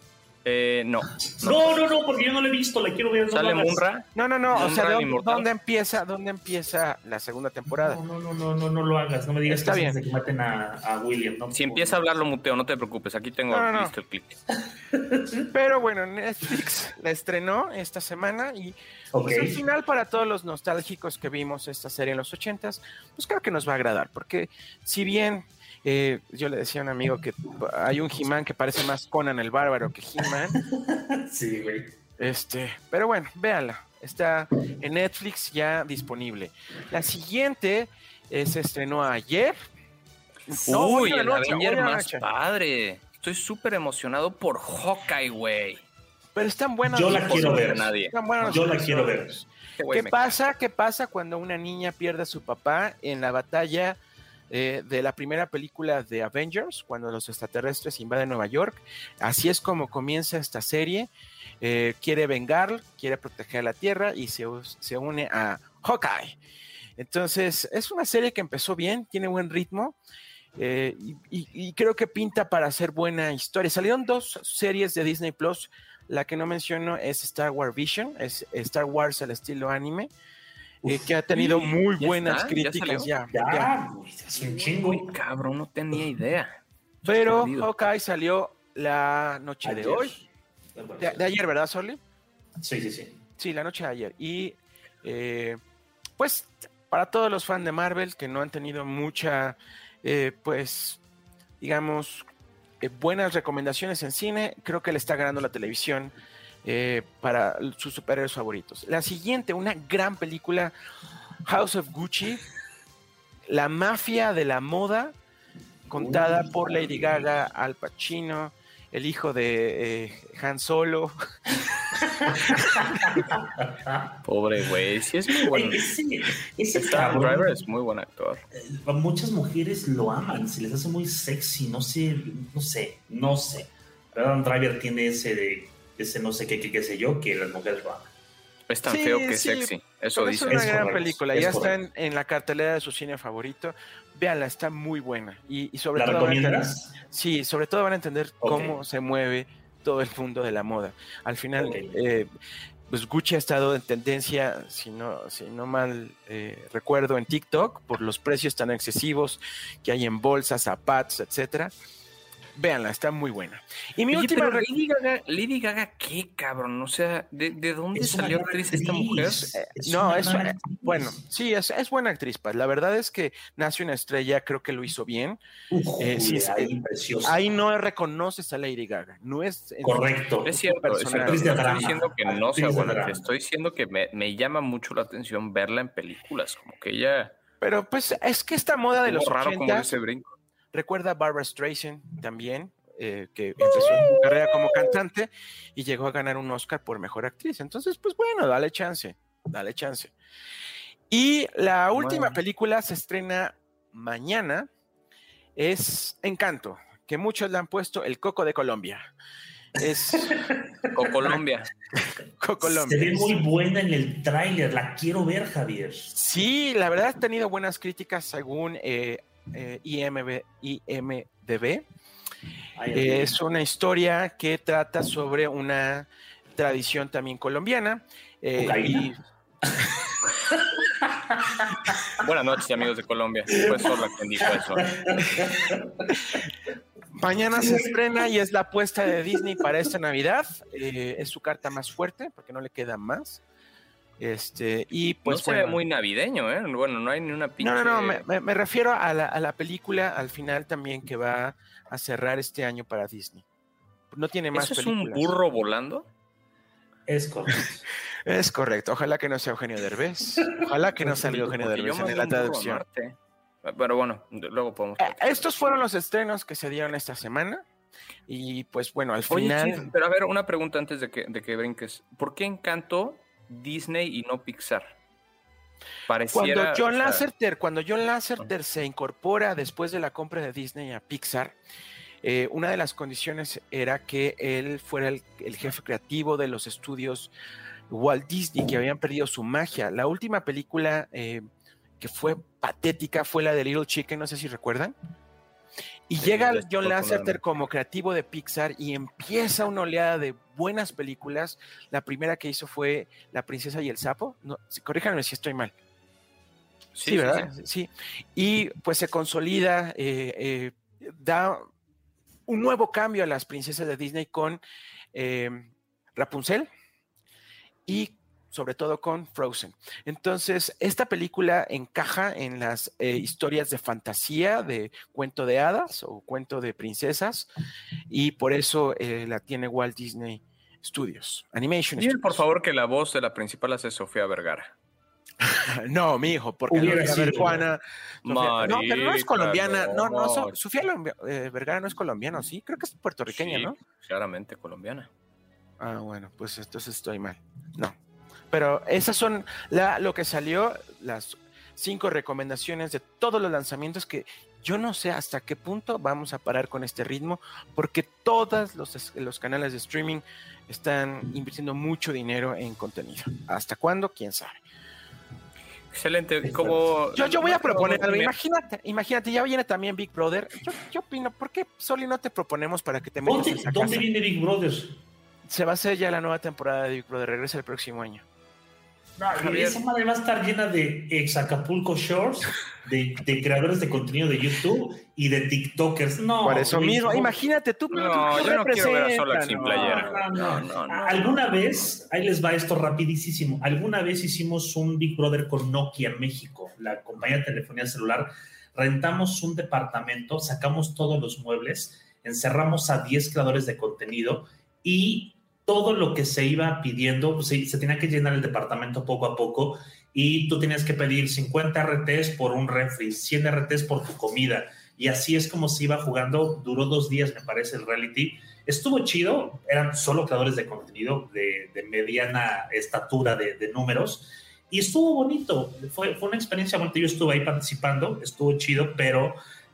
Eh, no. No, no, no, porque yo no la he visto, la quiero ver. no ¿Sale lo hagas. Munra? No, no, no, o ¿Munra sea, ¿de el dónde, inmortal? dónde empieza, dónde empieza la segunda temporada? No, no, no, no, no, no lo hagas. No me digas Está que bien. antes de que maten a, a William. No, Si empieza a hablar, lo muteo, no te preocupes. Aquí tengo No, no, no. listo el clip. Pero bueno, Netflix la estrenó esta semana y Ok. pues al final para todos los nostálgicos que vimos esta serie en los ochentas, pues creo que nos va a agradar, porque si bien eh, yo le decía a un amigo que hay un He-Man que parece más Conan el Bárbaro que He-Man, Sí, güey. este, pero bueno, véanla, está en Netflix ya disponible. La siguiente eh, se estrenó ayer. No, hoy Uy, en la el noche, Avenger hoy en la más noche. padre. Estoy súper emocionado por Hawkeye, güey. Pero están buenas. Yo la los quiero episodios, ver. Nadie. están buenos Yo los la quiero ver. episodios. Este güey ¿Qué me pasa? ¿Qué pasa cuando una niña pierde a su papá en la batalla eh, de la primera película de Avengers, cuando los extraterrestres invaden Nueva York? Así es como comienza esta serie. Eh, quiere vengar, quiere proteger la Tierra y se, se une a Hawkeye. Entonces, es una serie que empezó bien, tiene buen ritmo. Eh, y, y- y creo que pinta para hacer buena historia. Salieron dos series de Disney Plus. La que no menciono es Star Wars Vision, es Star Wars al estilo anime, eh, que ha tenido muy ¿ya buenas está? ¿Ya críticas. salió? Ya, ya. Ya, güey, es un chingo. Uy, cabrón, no tenía idea. Pero Perdido. Hawkeye salió la noche de Ayer. hoy, de, de ayer, ¿verdad, Sorly? Sí, sí, sí. Sí, la noche de ayer. Y eh, pues para todos los fans de Marvel que no han tenido mucha, eh, pues, digamos, eh, buenas recomendaciones en cine, creo que le está ganando la televisión eh, para sus superhéroes favoritos. La siguiente, una gran película, House of Gucci, la mafia de la moda, contada Uy, por Lady Gaga, Al Pacino, el hijo de eh, Han Solo. Pobre güey, sí es muy bueno. Oye, ese, ese Star cabrón, Driver es muy buen actor. eh, muchas mujeres lo aman, se les hace muy sexy, no sé, no sé, no sé. Adam Driver tiene ese de, ese no sé qué, qué, qué sé yo, que las mujeres lo aman. Es tan Sí, feo que es sí, sexy. Eso Pero dice. Es una Es gran correcto, película, es ya está en, correcto. en la cartelera de su cine favorito. Véanla, está muy buena. Y, y sobre ¿La todo van a entender- recomiendas? sí, sobre todo van a entender Ok. cómo se mueve todo el mundo de la moda. Al final, Ok. eh, pues Gucci ha estado en tendencia, si no, si no mal eh, recuerdo, en TikTok, por los precios tan excesivos que hay en bolsas, zapatos, etcétera. Véanla, está muy buena. Y mi Oye, última pero re- Lady Gaga, Lady Gaga, ¿qué, cabrón? O sea, ¿de, de dónde Es una salió gran actriz esta mujer? actriz, es no, una es, gran eh, actriz. bueno, sí, es, es buena actriz, Paz. La verdad es que Nace una estrella, creo que lo hizo bien. Uf, eh, sí, es- ahí, preciosa. Ahí no reconoces a Lady Gaga, no es en- Correcto. Es cierto, es cierto. personaje. Actriz No de estoy drama. diciendo que no sea Actriz de buena, drama. te estoy diciendo que me, me llama mucho la atención verla en películas, como que ella... Pero pues es que esta moda de los Estuvo raro como ochenta ese brinco. recuerda a Barbra Streisand también, eh, que empezó su carrera como cantante y llegó a ganar un Oscar por mejor actriz. Entonces, pues bueno, dale chance, dale chance. Y la última Bueno. película se estrena mañana, es Encanto, que muchos le han puesto el Coco de Colombia. Es O Colombia. Coco Colombia. Se ve muy buena en el tráiler, la quiero ver, Javier. Sí, la verdad ha tenido buenas críticas según eh, eh, I M B I M D B. Ay, Eh, es una historia que trata sobre una tradición también colombiana. eh, ¿Cocaína? y Buenas noches, amigos de Colombia. Fue Sorla quien dijo eso. mañana se estrena y es la apuesta de Disney para esta Navidad. Eh, es su carta más fuerte porque no le queda más. Este, y pues no se bueno, ve muy navideño, ¿eh? Bueno, no hay ni una pinche... No, no, no, me, me- me refiero a la, a la película al final también que va a cerrar este año para Disney. No tiene más ¿Eso es películas. un burro volando? Es correcto. Es correcto. Ojalá que no sea Eugenio Derbez. Ojalá que no salga Eugenio Porque yo Derbez en mandé la un burro a traducción. Marte. Pero bueno, luego podemos... Eh, estos fueron los estrenos que se dieron esta semana. Y pues bueno, al Oye, final... Chief, pero a ver, una pregunta antes de que, de que brinques. ¿Por qué Encanto Disney y no Pixar? Pareciera, Cuando John o sea... Lasseter, cuando John Lasseter se incorpora después de la compra de Disney a Pixar, eh, una de las condiciones era que él fuera el, el jefe creativo de los estudios Walt Disney, que habían perdido su magia. La última película eh, que fue patética fue la de Little Chicken, no sé si recuerdan. Y sí, llega John Lasseter como creativo de Pixar y empieza una oleada de buenas películas. La primera que hizo fue La princesa y el sapo. No, corríjanme si estoy mal. Sí, sí ¿verdad? Sí, sí. sí. Y pues se consolida, eh, eh, da un nuevo cambio a las princesas de Disney con eh, Rapunzel y sobre todo con Frozen. Entonces, esta película encaja en las eh, historias de fantasía, de cuento de hadas o cuento de princesas, y por eso eh, la tiene Walt Disney Studios, Animation Dime, Studios. por favor, que la voz de la principal hace Sofía Vergara. No, mi hijo, porque Hubiera no, sido, Juana, Sofía, no, pero no es colombiana, no, no, so, no. Sofía eh, Vergara no es colombiana, sí, creo que es puertorriqueña, sí, ¿no? Claramente colombiana. Ah, bueno, pues entonces estoy mal. No. Pero esas son la, lo que salió, las cinco recomendaciones de todos los lanzamientos que yo no sé hasta qué punto vamos a parar con este ritmo, porque todos los, los canales de streaming están invirtiendo mucho dinero en contenido. ¿Hasta cuándo? ¿Quién sabe? Excelente. Como yo, yo voy a proponer algo. Imagínate, imagínate, ya viene también Big Brother. Yo, yo opino, ¿por qué, Soli, no te proponemos para que te metas ¿Dónde, en esa ¿dónde casa? viene Big Brother? Se va a hacer ya la nueva temporada de Big Brother, regresa el próximo año. No, esa madre va a estar llena de ex Acapulco Shores, de, de creadores de contenido de YouTube y de TikTokers. No, por eso güey, mismo, no. imagínate tú. No, tú yo no quiero ver a Solak sin no, playera. No, no, no, no. Alguna vez, ahí les va esto rapidísimo. Alguna vez hicimos un Big Brother con Nokia México, la compañía de telefonía celular. Rentamos un departamento, sacamos todos los muebles, encerramos a diez creadores de contenido y todo lo que se iba pidiendo, pues, se, se tenía que llenar el departamento poco a poco y tú tenías que pedir cincuenta R Ts por un refri, cien R Ts por tu comida. Y así es como se iba jugando. Duró dos días, me parece, el reality. Estuvo chido. Eran solo creadores de contenido de, de mediana estatura de, de números. Y estuvo bonito. Fue, fue una experiencia bonita. Yo estuve ahí participando. Estuvo chido, pero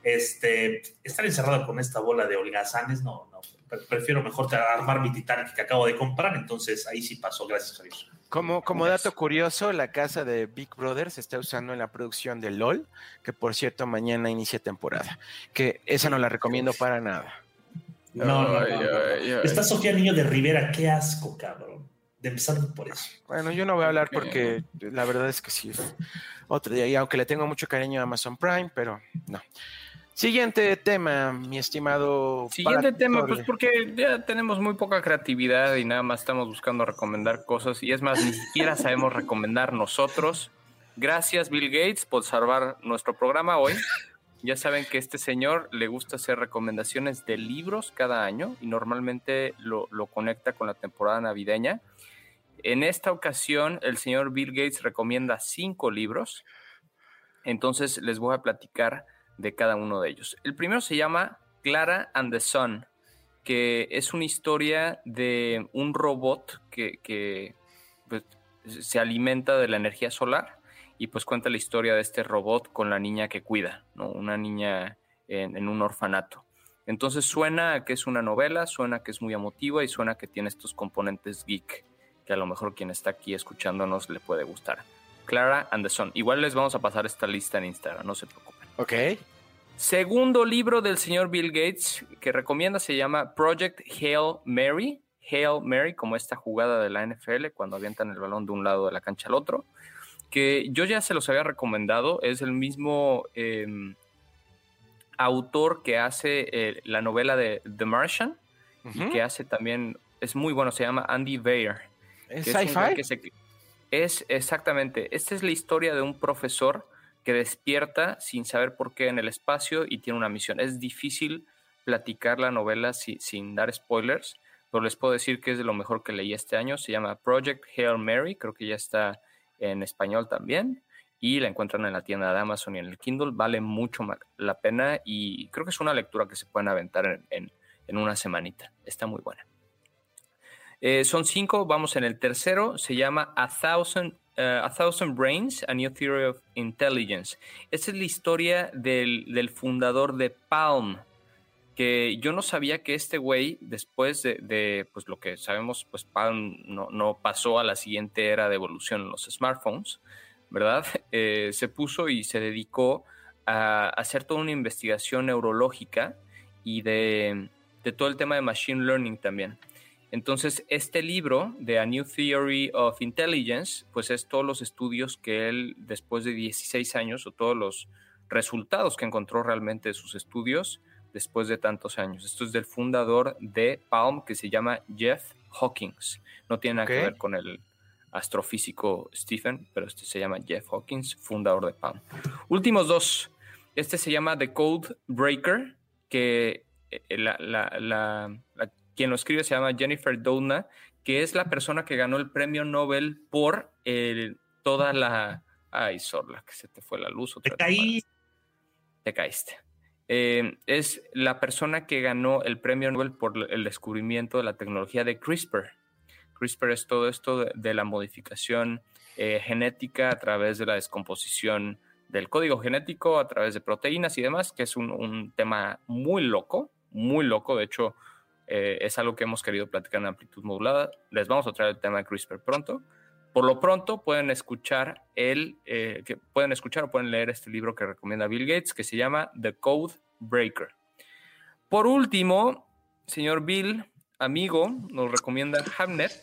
este, estar encerrado con esta bola de holgazanes, no, no. Prefiero mejor armar mi Titanic que acabo de comprar. Entonces, ahí sí pasó. Gracias a Dios. Como, como dato curioso, la casa de Big Brother se está usando en la producción de LOL, que por cierto mañana inicia temporada, que esa no la recomiendo para nada. No, no, no, no, no. Está Sofía Niño de Rivera, qué asco, cabrón. De empezando por eso. Bueno, yo no voy a hablar porque la verdad es que sí, otro día, y aunque le tengo mucho cariño a Amazon Prime, pero no. Siguiente tema, mi estimado. Siguiente tema, pues porque ya tenemos muy poca creatividad y nada más estamos buscando recomendar cosas y es más, ni siquiera sabemos recomendar nosotros. Gracias, Bill Gates, por salvar nuestro programa hoy. Ya saben que a este señor le gusta hacer recomendaciones de libros cada año y normalmente lo, lo conecta con la temporada navideña. En esta ocasión, el señor Bill Gates recomienda cinco libros. Entonces les voy a platicar de cada uno de ellos. El primero se llama Clara and the Sun, que es una historia de un robot que, que pues, se alimenta de la energía solar y pues cuenta la historia de este robot con la niña que cuida, ¿no? Una niña en, en un orfanato. Entonces suena a que es una novela, suena a que es muy emotiva y suena a que tiene estos componentes geek que a lo mejor quien está aquí escuchándonos le puede gustar. Clara and the Sun. Igual les vamos a pasar esta lista en Instagram, no se preocupen. Ok. Segundo libro del señor Bill Gates que recomienda se llama Project Hail Mary. Hail Mary, como esta jugada de la N F L cuando avientan el balón de un lado de la cancha al otro. Que yo ya se los había recomendado. Es el mismo eh, autor que hace eh, la novela de The Martian. Uh-huh. Y que hace también, es muy bueno, se llama Andy Weir. ¿Es sci-fi? Se, es exactamente, esta es la historia de un profesor que despierta sin saber por qué en el espacio y tiene una misión. Es difícil platicar la novela si, sin dar spoilers, pero les puedo decir que es de lo mejor que leí este año. Se llama Project Hail Mary, creo que ya está en español también. y la encuentran en la tienda de Amazon y en el Kindle. Vale mucho la pena y creo que es una lectura que se pueden aventar en, en, en una semanita. Está muy buena. Eh, son cinco, vamos en el tercero. Se llama A Thousand, uh, A Thousand Brains, A New Theory of Intelligence. Esta es la historia del, del fundador de Palm, que yo no sabía que este güey, después de, de pues lo que sabemos, pues Palm no, no pasó a la siguiente era de evolución en los smartphones, ¿verdad? Eh, se puso y se dedicó a hacer toda una investigación neurológica y de, de todo el tema de machine learning también. Entonces, este libro de A New Theory of Intelligence, pues es todos los estudios que él, después de dieciséis años, o todos los resultados que encontró realmente de sus estudios después de tantos años. Esto es del fundador de Palm, que se llama Jeff Hawkins. No tiene nada okay. que ver con el astrofísico Stephen, pero este se llama Jeff Hawkins, fundador de Palm. Últimos dos. Este se llama The Code Breaker, que la, la, la, la, quien lo escribe se llama Jennifer Doudna, que es la persona que ganó el premio Nobel por el, toda la... Ay, Sorla, que se te fue la luz. Otra te caí. Vez. Te caíste. Eh, es la persona que ganó el premio Nobel por el descubrimiento de la tecnología de CRISPR. CRISPR es todo esto de, de la modificación eh, genética a través de la descomposición del código genético, a través de proteínas y demás, que es un, un tema muy loco, muy loco. De hecho, eh, es algo que hemos querido platicar en Amplitud Modulada. Les vamos a traer el tema de CRISPR pronto. Por lo pronto pueden escuchar el, eh, que pueden escuchar o pueden leer este libro que recomienda Bill Gates, que se llama The Code Breaker. Por último, señor Bill, amigo, nos recomienda Hamnet,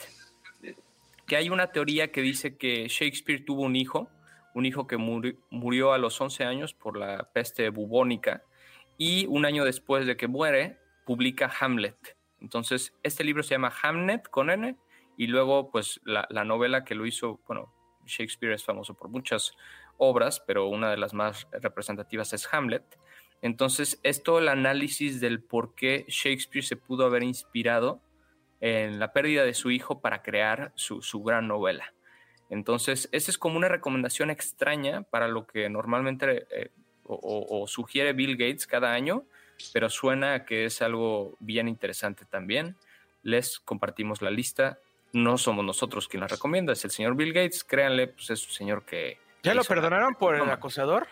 que hay una teoría que dice que Shakespeare tuvo un hijo, un hijo que muri- murió a los once años por la peste bubónica, y un año después de que muere, publica Hamlet. Entonces, este libro se llama Hamnet con N, y luego, pues, la, la novela que lo hizo, bueno, Shakespeare es famoso por muchas obras, pero una de las más representativas es Hamlet. Entonces, es todo el análisis del por qué Shakespeare se pudo haber inspirado en la pérdida de su hijo para crear su, su gran novela. Entonces, esa es como una recomendación extraña para lo que normalmente eh, o, o, o sugiere Bill Gates cada año, pero suena a que es algo bien interesante también. Les compartimos la lista. No somos nosotros quien la recomienda, es el señor Bill Gates. Créanle, pues es un señor que... ¿Ya lo perdonaron por el acosador?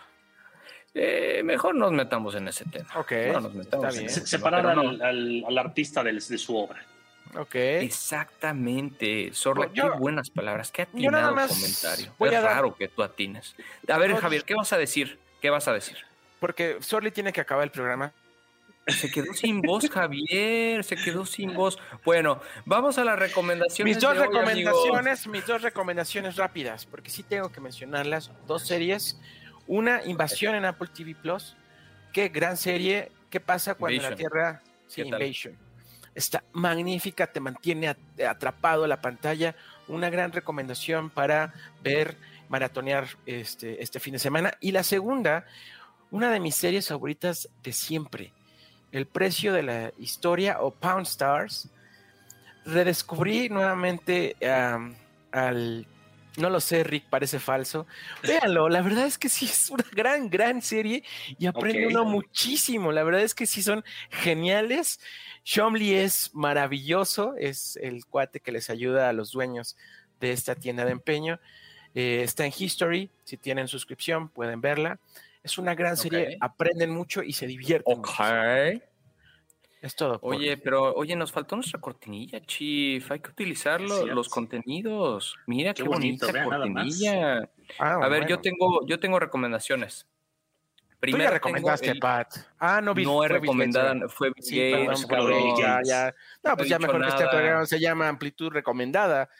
Eh, mejor nos metamos en ese tema. Ok, no nos metamos está bien. En ese Separar tema, al, no. al, al artista de, de su obra. Ok. Exactamente. Sorla, Pues yo, qué buenas palabras, qué atinado comentario. Voy es a dar... raro que tú atines. A ver, no, Javier, ¿qué vas a decir? ¿Qué vas a decir? Porque Sorly tiene que acabar el programa. Se quedó sin voz, Javier, se quedó sin voz. Bueno, vamos a las recomendaciones. Mis dos de hoy, recomendaciones, amigos. mis dos recomendaciones rápidas, porque sí tengo que mencionarlas. Dos series. Una, Invasión en Apple T V Plus. Qué gran serie. ¿Qué pasa cuando Invasion. la Tierra... Sí, Invasion. Está magnífica, te mantiene atrapado a la pantalla. Una gran recomendación para ver, maratonear este, este fin de semana. Y la segunda, una de mis series favoritas de siempre. El precio de la historia o Pound Stars. Redescubrí nuevamente um, al... No lo sé, Rick, parece falso. Véanlo, la verdad es que sí es una gran, gran serie y aprende okay. uno muchísimo. La verdad es que sí son geniales. Chomley es maravilloso, es el cuate que les ayuda a los dueños de esta tienda de empeño. Eh, está en History, si tienen suscripción pueden verla. Es una gran serie, okay. aprenden mucho y se divierten. Ok. Mucho. Es todo. Por... Oye, pero oye, nos faltó nuestra cortinilla, Chief. Hay que utilizar lo, los contenidos. Mira qué, qué bonito, bonita cortinilla. Ah, a bueno. ver, yo tengo, yo tengo recomendaciones. Primero, tú ya recomendaste, el... Pat. Ah, no, vi, no es recomendada, Bill fue Bill sí, Gates. Perdón, perdón, ya, ya. No, pues no ya mejor nada. Que este programa se llama Amplitud Recomendada.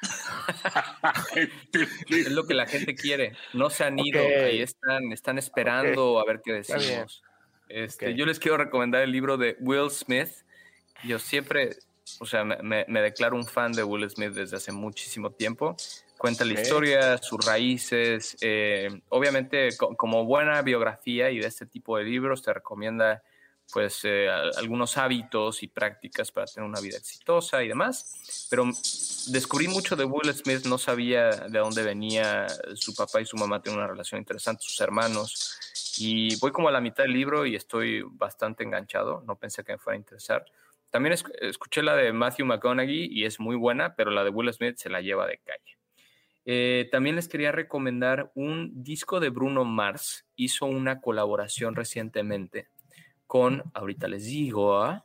Es lo que la gente quiere. No se han ido, okay. ahí están, están esperando okay. a ver qué decimos. Este, okay. Yo les quiero recomendar el libro de Will Smith. Yo siempre, o sea, me, me declaro un fan de Will Smith desde hace muchísimo tiempo. Cuenta okay. la historia, sus raíces. Eh, obviamente, co- como buena biografía y de este tipo de libros, te recomienda pues eh, algunos hábitos y prácticas para tener una vida exitosa y demás, pero descubrí mucho de Will Smith, no sabía de dónde venía, su papá y su mamá tienen una relación interesante, sus hermanos, y voy como a la mitad del libro y estoy bastante enganchado, no pensé que me fuera a interesar. También es, escuché la de Matthew McConaughey y es muy buena, pero la de Will Smith se la lleva de calle. Eh, también les quería recomendar un disco de Bruno Mars, hizo una colaboración recientemente con, ahorita les digo, ¿eh?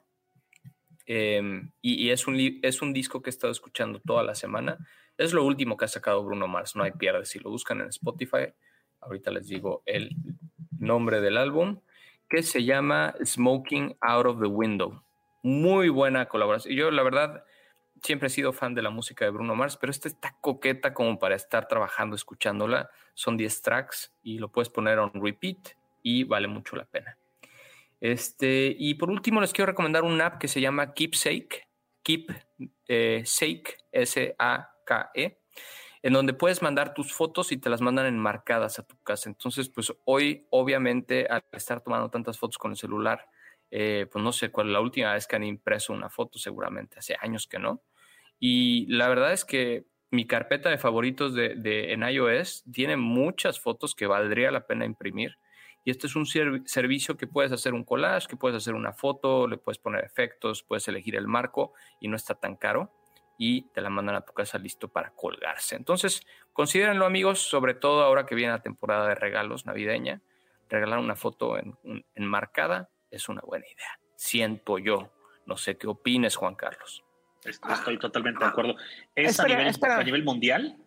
Eh, y, y es, un, es un disco que he estado escuchando toda la semana. Es lo último que ha sacado Bruno Mars, no hay pierde. Si lo buscan en Spotify, ahorita les digo el nombre del álbum, que se llama Smoking Out of the Window. Muy buena colaboración. Yo, la verdad, siempre he sido fan de la música de Bruno Mars, pero esta está coqueta como para estar trabajando, escuchándola. Son diez tracks y lo puedes poner on repeat y vale mucho la pena. Este, y por último les quiero recomendar una app que se llama Keepsake, Keep eh, Sake, S A K E, en donde puedes mandar tus fotos y te las mandan enmarcadas a tu casa. Entonces, pues hoy, obviamente, al estar tomando tantas fotos con el celular, eh, pues no sé cuál es la última vez que han impreso una foto, seguramente hace años que no. Y la verdad es que mi carpeta de favoritos de, de, en iOS tiene muchas fotos que valdría la pena imprimir. Y este es un serv- servicio que puedes hacer un collage, que puedes hacer una foto, le puedes poner efectos, puedes elegir el marco y no está tan caro. Y te la mandan a tu casa listo para colgarse. Entonces, considérenlo, amigos, sobre todo ahora que viene la temporada de regalos navideña. Regalar una foto en, en, enmarcada es una buena idea. Siento yo. No sé qué opines, Juan Carlos. Estoy, estoy totalmente de acuerdo. ¿Es Espera, a, nivel, espera. a nivel mundial?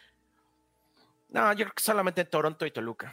No, yo creo que solamente Toronto y Toluca.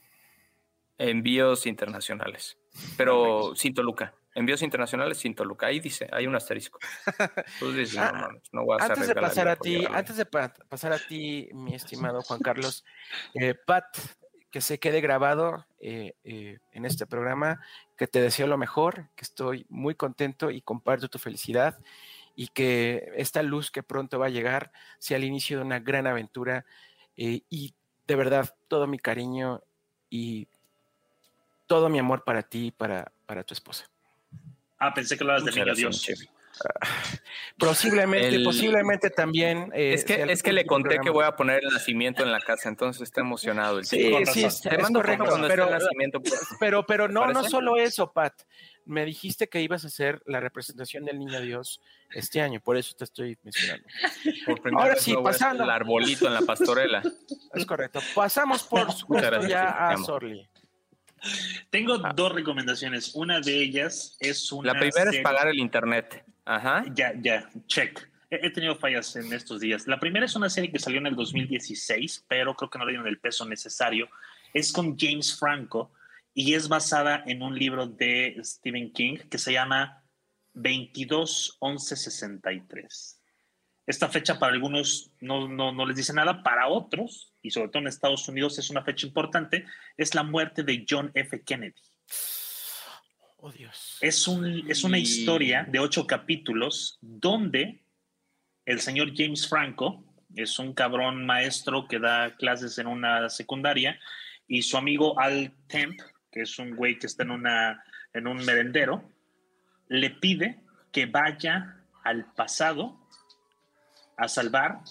Envíos internacionales. Pero sin Toluca. Envíos internacionales sin Toluca. Ahí dice, hay un asterisco. Tú dices, no, mames, no voy a hacer Antes de pasar la a ti, antes de pa- pasar a ti, mi estimado Juan Carlos, eh, Pat, que se quede grabado eh, eh, en este programa, que te deseo lo mejor, que estoy muy contento y comparto tu felicidad y que esta luz que pronto va a llegar sea el inicio de una gran aventura eh, y de verdad todo mi cariño y todo mi amor para ti y para, para tu esposa. Ah, pensé que hablabas de Niño gracias, Dios. Posiblemente, El- posiblemente también. eh, Es que, sea el es que le último conté programa. que voy a poner el nacimiento en la casa, entonces está emocionado el chico. Sí, Con sí, razón. es, Te es mando foto correcto, cuando esté pero, el nacimiento. pero, pero no, no ¿Parece? solo eso, Pat. Me dijiste que ibas a hacer la representación del Niño Dios este año, por eso te estoy mencionando. Por primera Ahora vez sí, me voy a hacer pasando. el arbolito en la pastorela. Es correcto. Pasamos, por supuesto, gracias, ya chico, te a amo. Sorli. Tengo Ah. dos recomendaciones. Una de ellas es una La primera es serie- pagar el internet. Ajá. Ya, ya, check. He, he tenido fallas en estos días. La primera es una serie que salió en el dos mil dieciséis, pero creo que no le dieron el peso necesario. Es con James Franco y es basada en un libro de Stephen King que se llama veintidós once sesenta y tres. Esta fecha para algunos no, no, no les dice nada, para otros, y sobre todo en Estados Unidos es una fecha importante, es la muerte de John F. Kennedy. Oh, Dios. Es, un, es una Y- historia de ocho capítulos donde el señor James Franco es un cabrón maestro que da clases en una secundaria y su amigo Al Temp, que es un güey que está en, una, en un merendero, le pide que vaya al pasado a salvar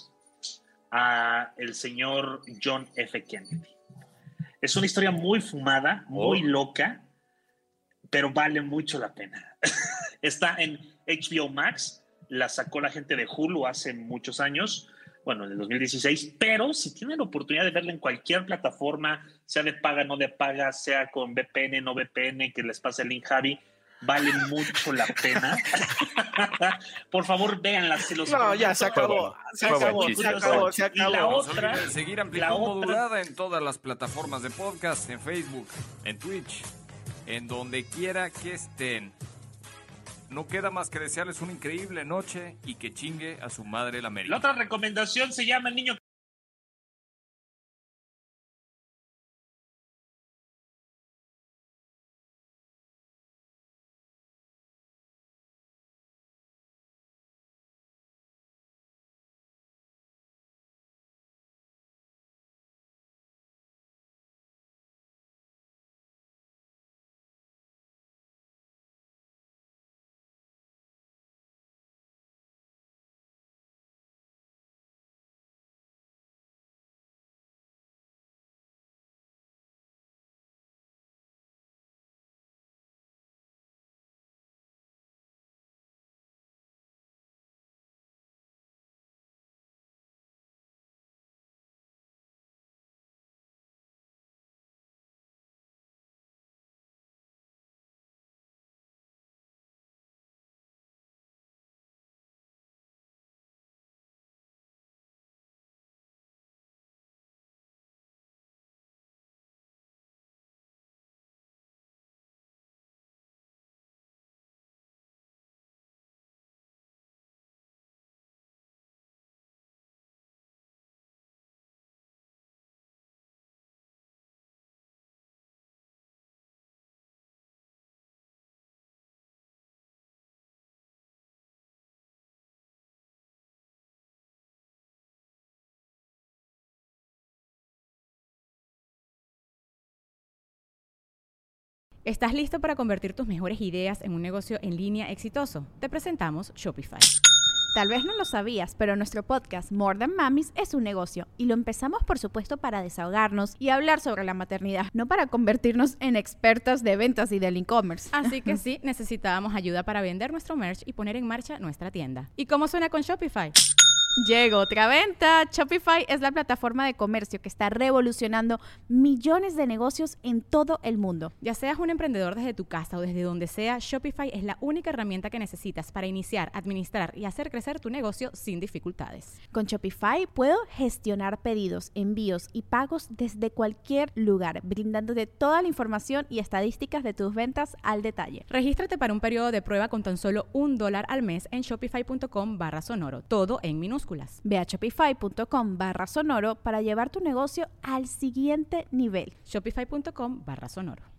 a el señor John F. Kennedy. Es una historia muy fumada, muy Oh. loca, pero vale mucho la pena. Está en H B O Max, la sacó la gente de Hulu hace muchos años, bueno, en el dos mil dieciséis, pero si tienen la oportunidad de verla en cualquier plataforma, sea de paga, no de paga, sea con V P N, no V P N, que les pase el link Javi, vale mucho la pena. Por favor, véanla. Se los No, ya prometo. se acabó. Se Fue buen acabó, chiste, se fue acabó, buen se chiste. Y la acabó. No se otra- olviden de seguir Amplitud la otra- Modulada en todas las plataformas de podcast, en Facebook, en Twitch, en donde quiera que estén. No queda más que desearles una increíble noche y que chingue a su madre la América. La otra recomendación se llama El Niño ¿Estás listo para convertir tus mejores ideas en un negocio en línea exitoso? Te presentamos Shopify. Tal vez no lo sabías, pero nuestro podcast More Than Mamis es un negocio y lo empezamos por supuesto para desahogarnos y hablar sobre la maternidad, no para convertirnos en expertas de ventas y del e-commerce. Así que sí, necesitábamos ayuda para vender nuestro merch y poner en marcha nuestra tienda. ¿Y cómo suena con Shopify? Llegó otra venta. Shopify es la plataforma de comercio que está revolucionando millones de negocios en todo el mundo. Ya seas un emprendedor desde tu casa o desde donde sea, Shopify es la única herramienta que necesitas para iniciar, administrar y hacer crecer tu negocio sin dificultades. Con Shopify puedo gestionar pedidos, envíos y pagos desde cualquier lugar, brindándote toda la información y estadísticas de tus ventas al detalle. Regístrate para un periodo de prueba con tan solo un dólar al mes en shopify.com barra sonoro, todo en minúsculas. Ve a shopify.com barra sonoro para llevar tu negocio al siguiente nivel. Shopify.com barra sonoro.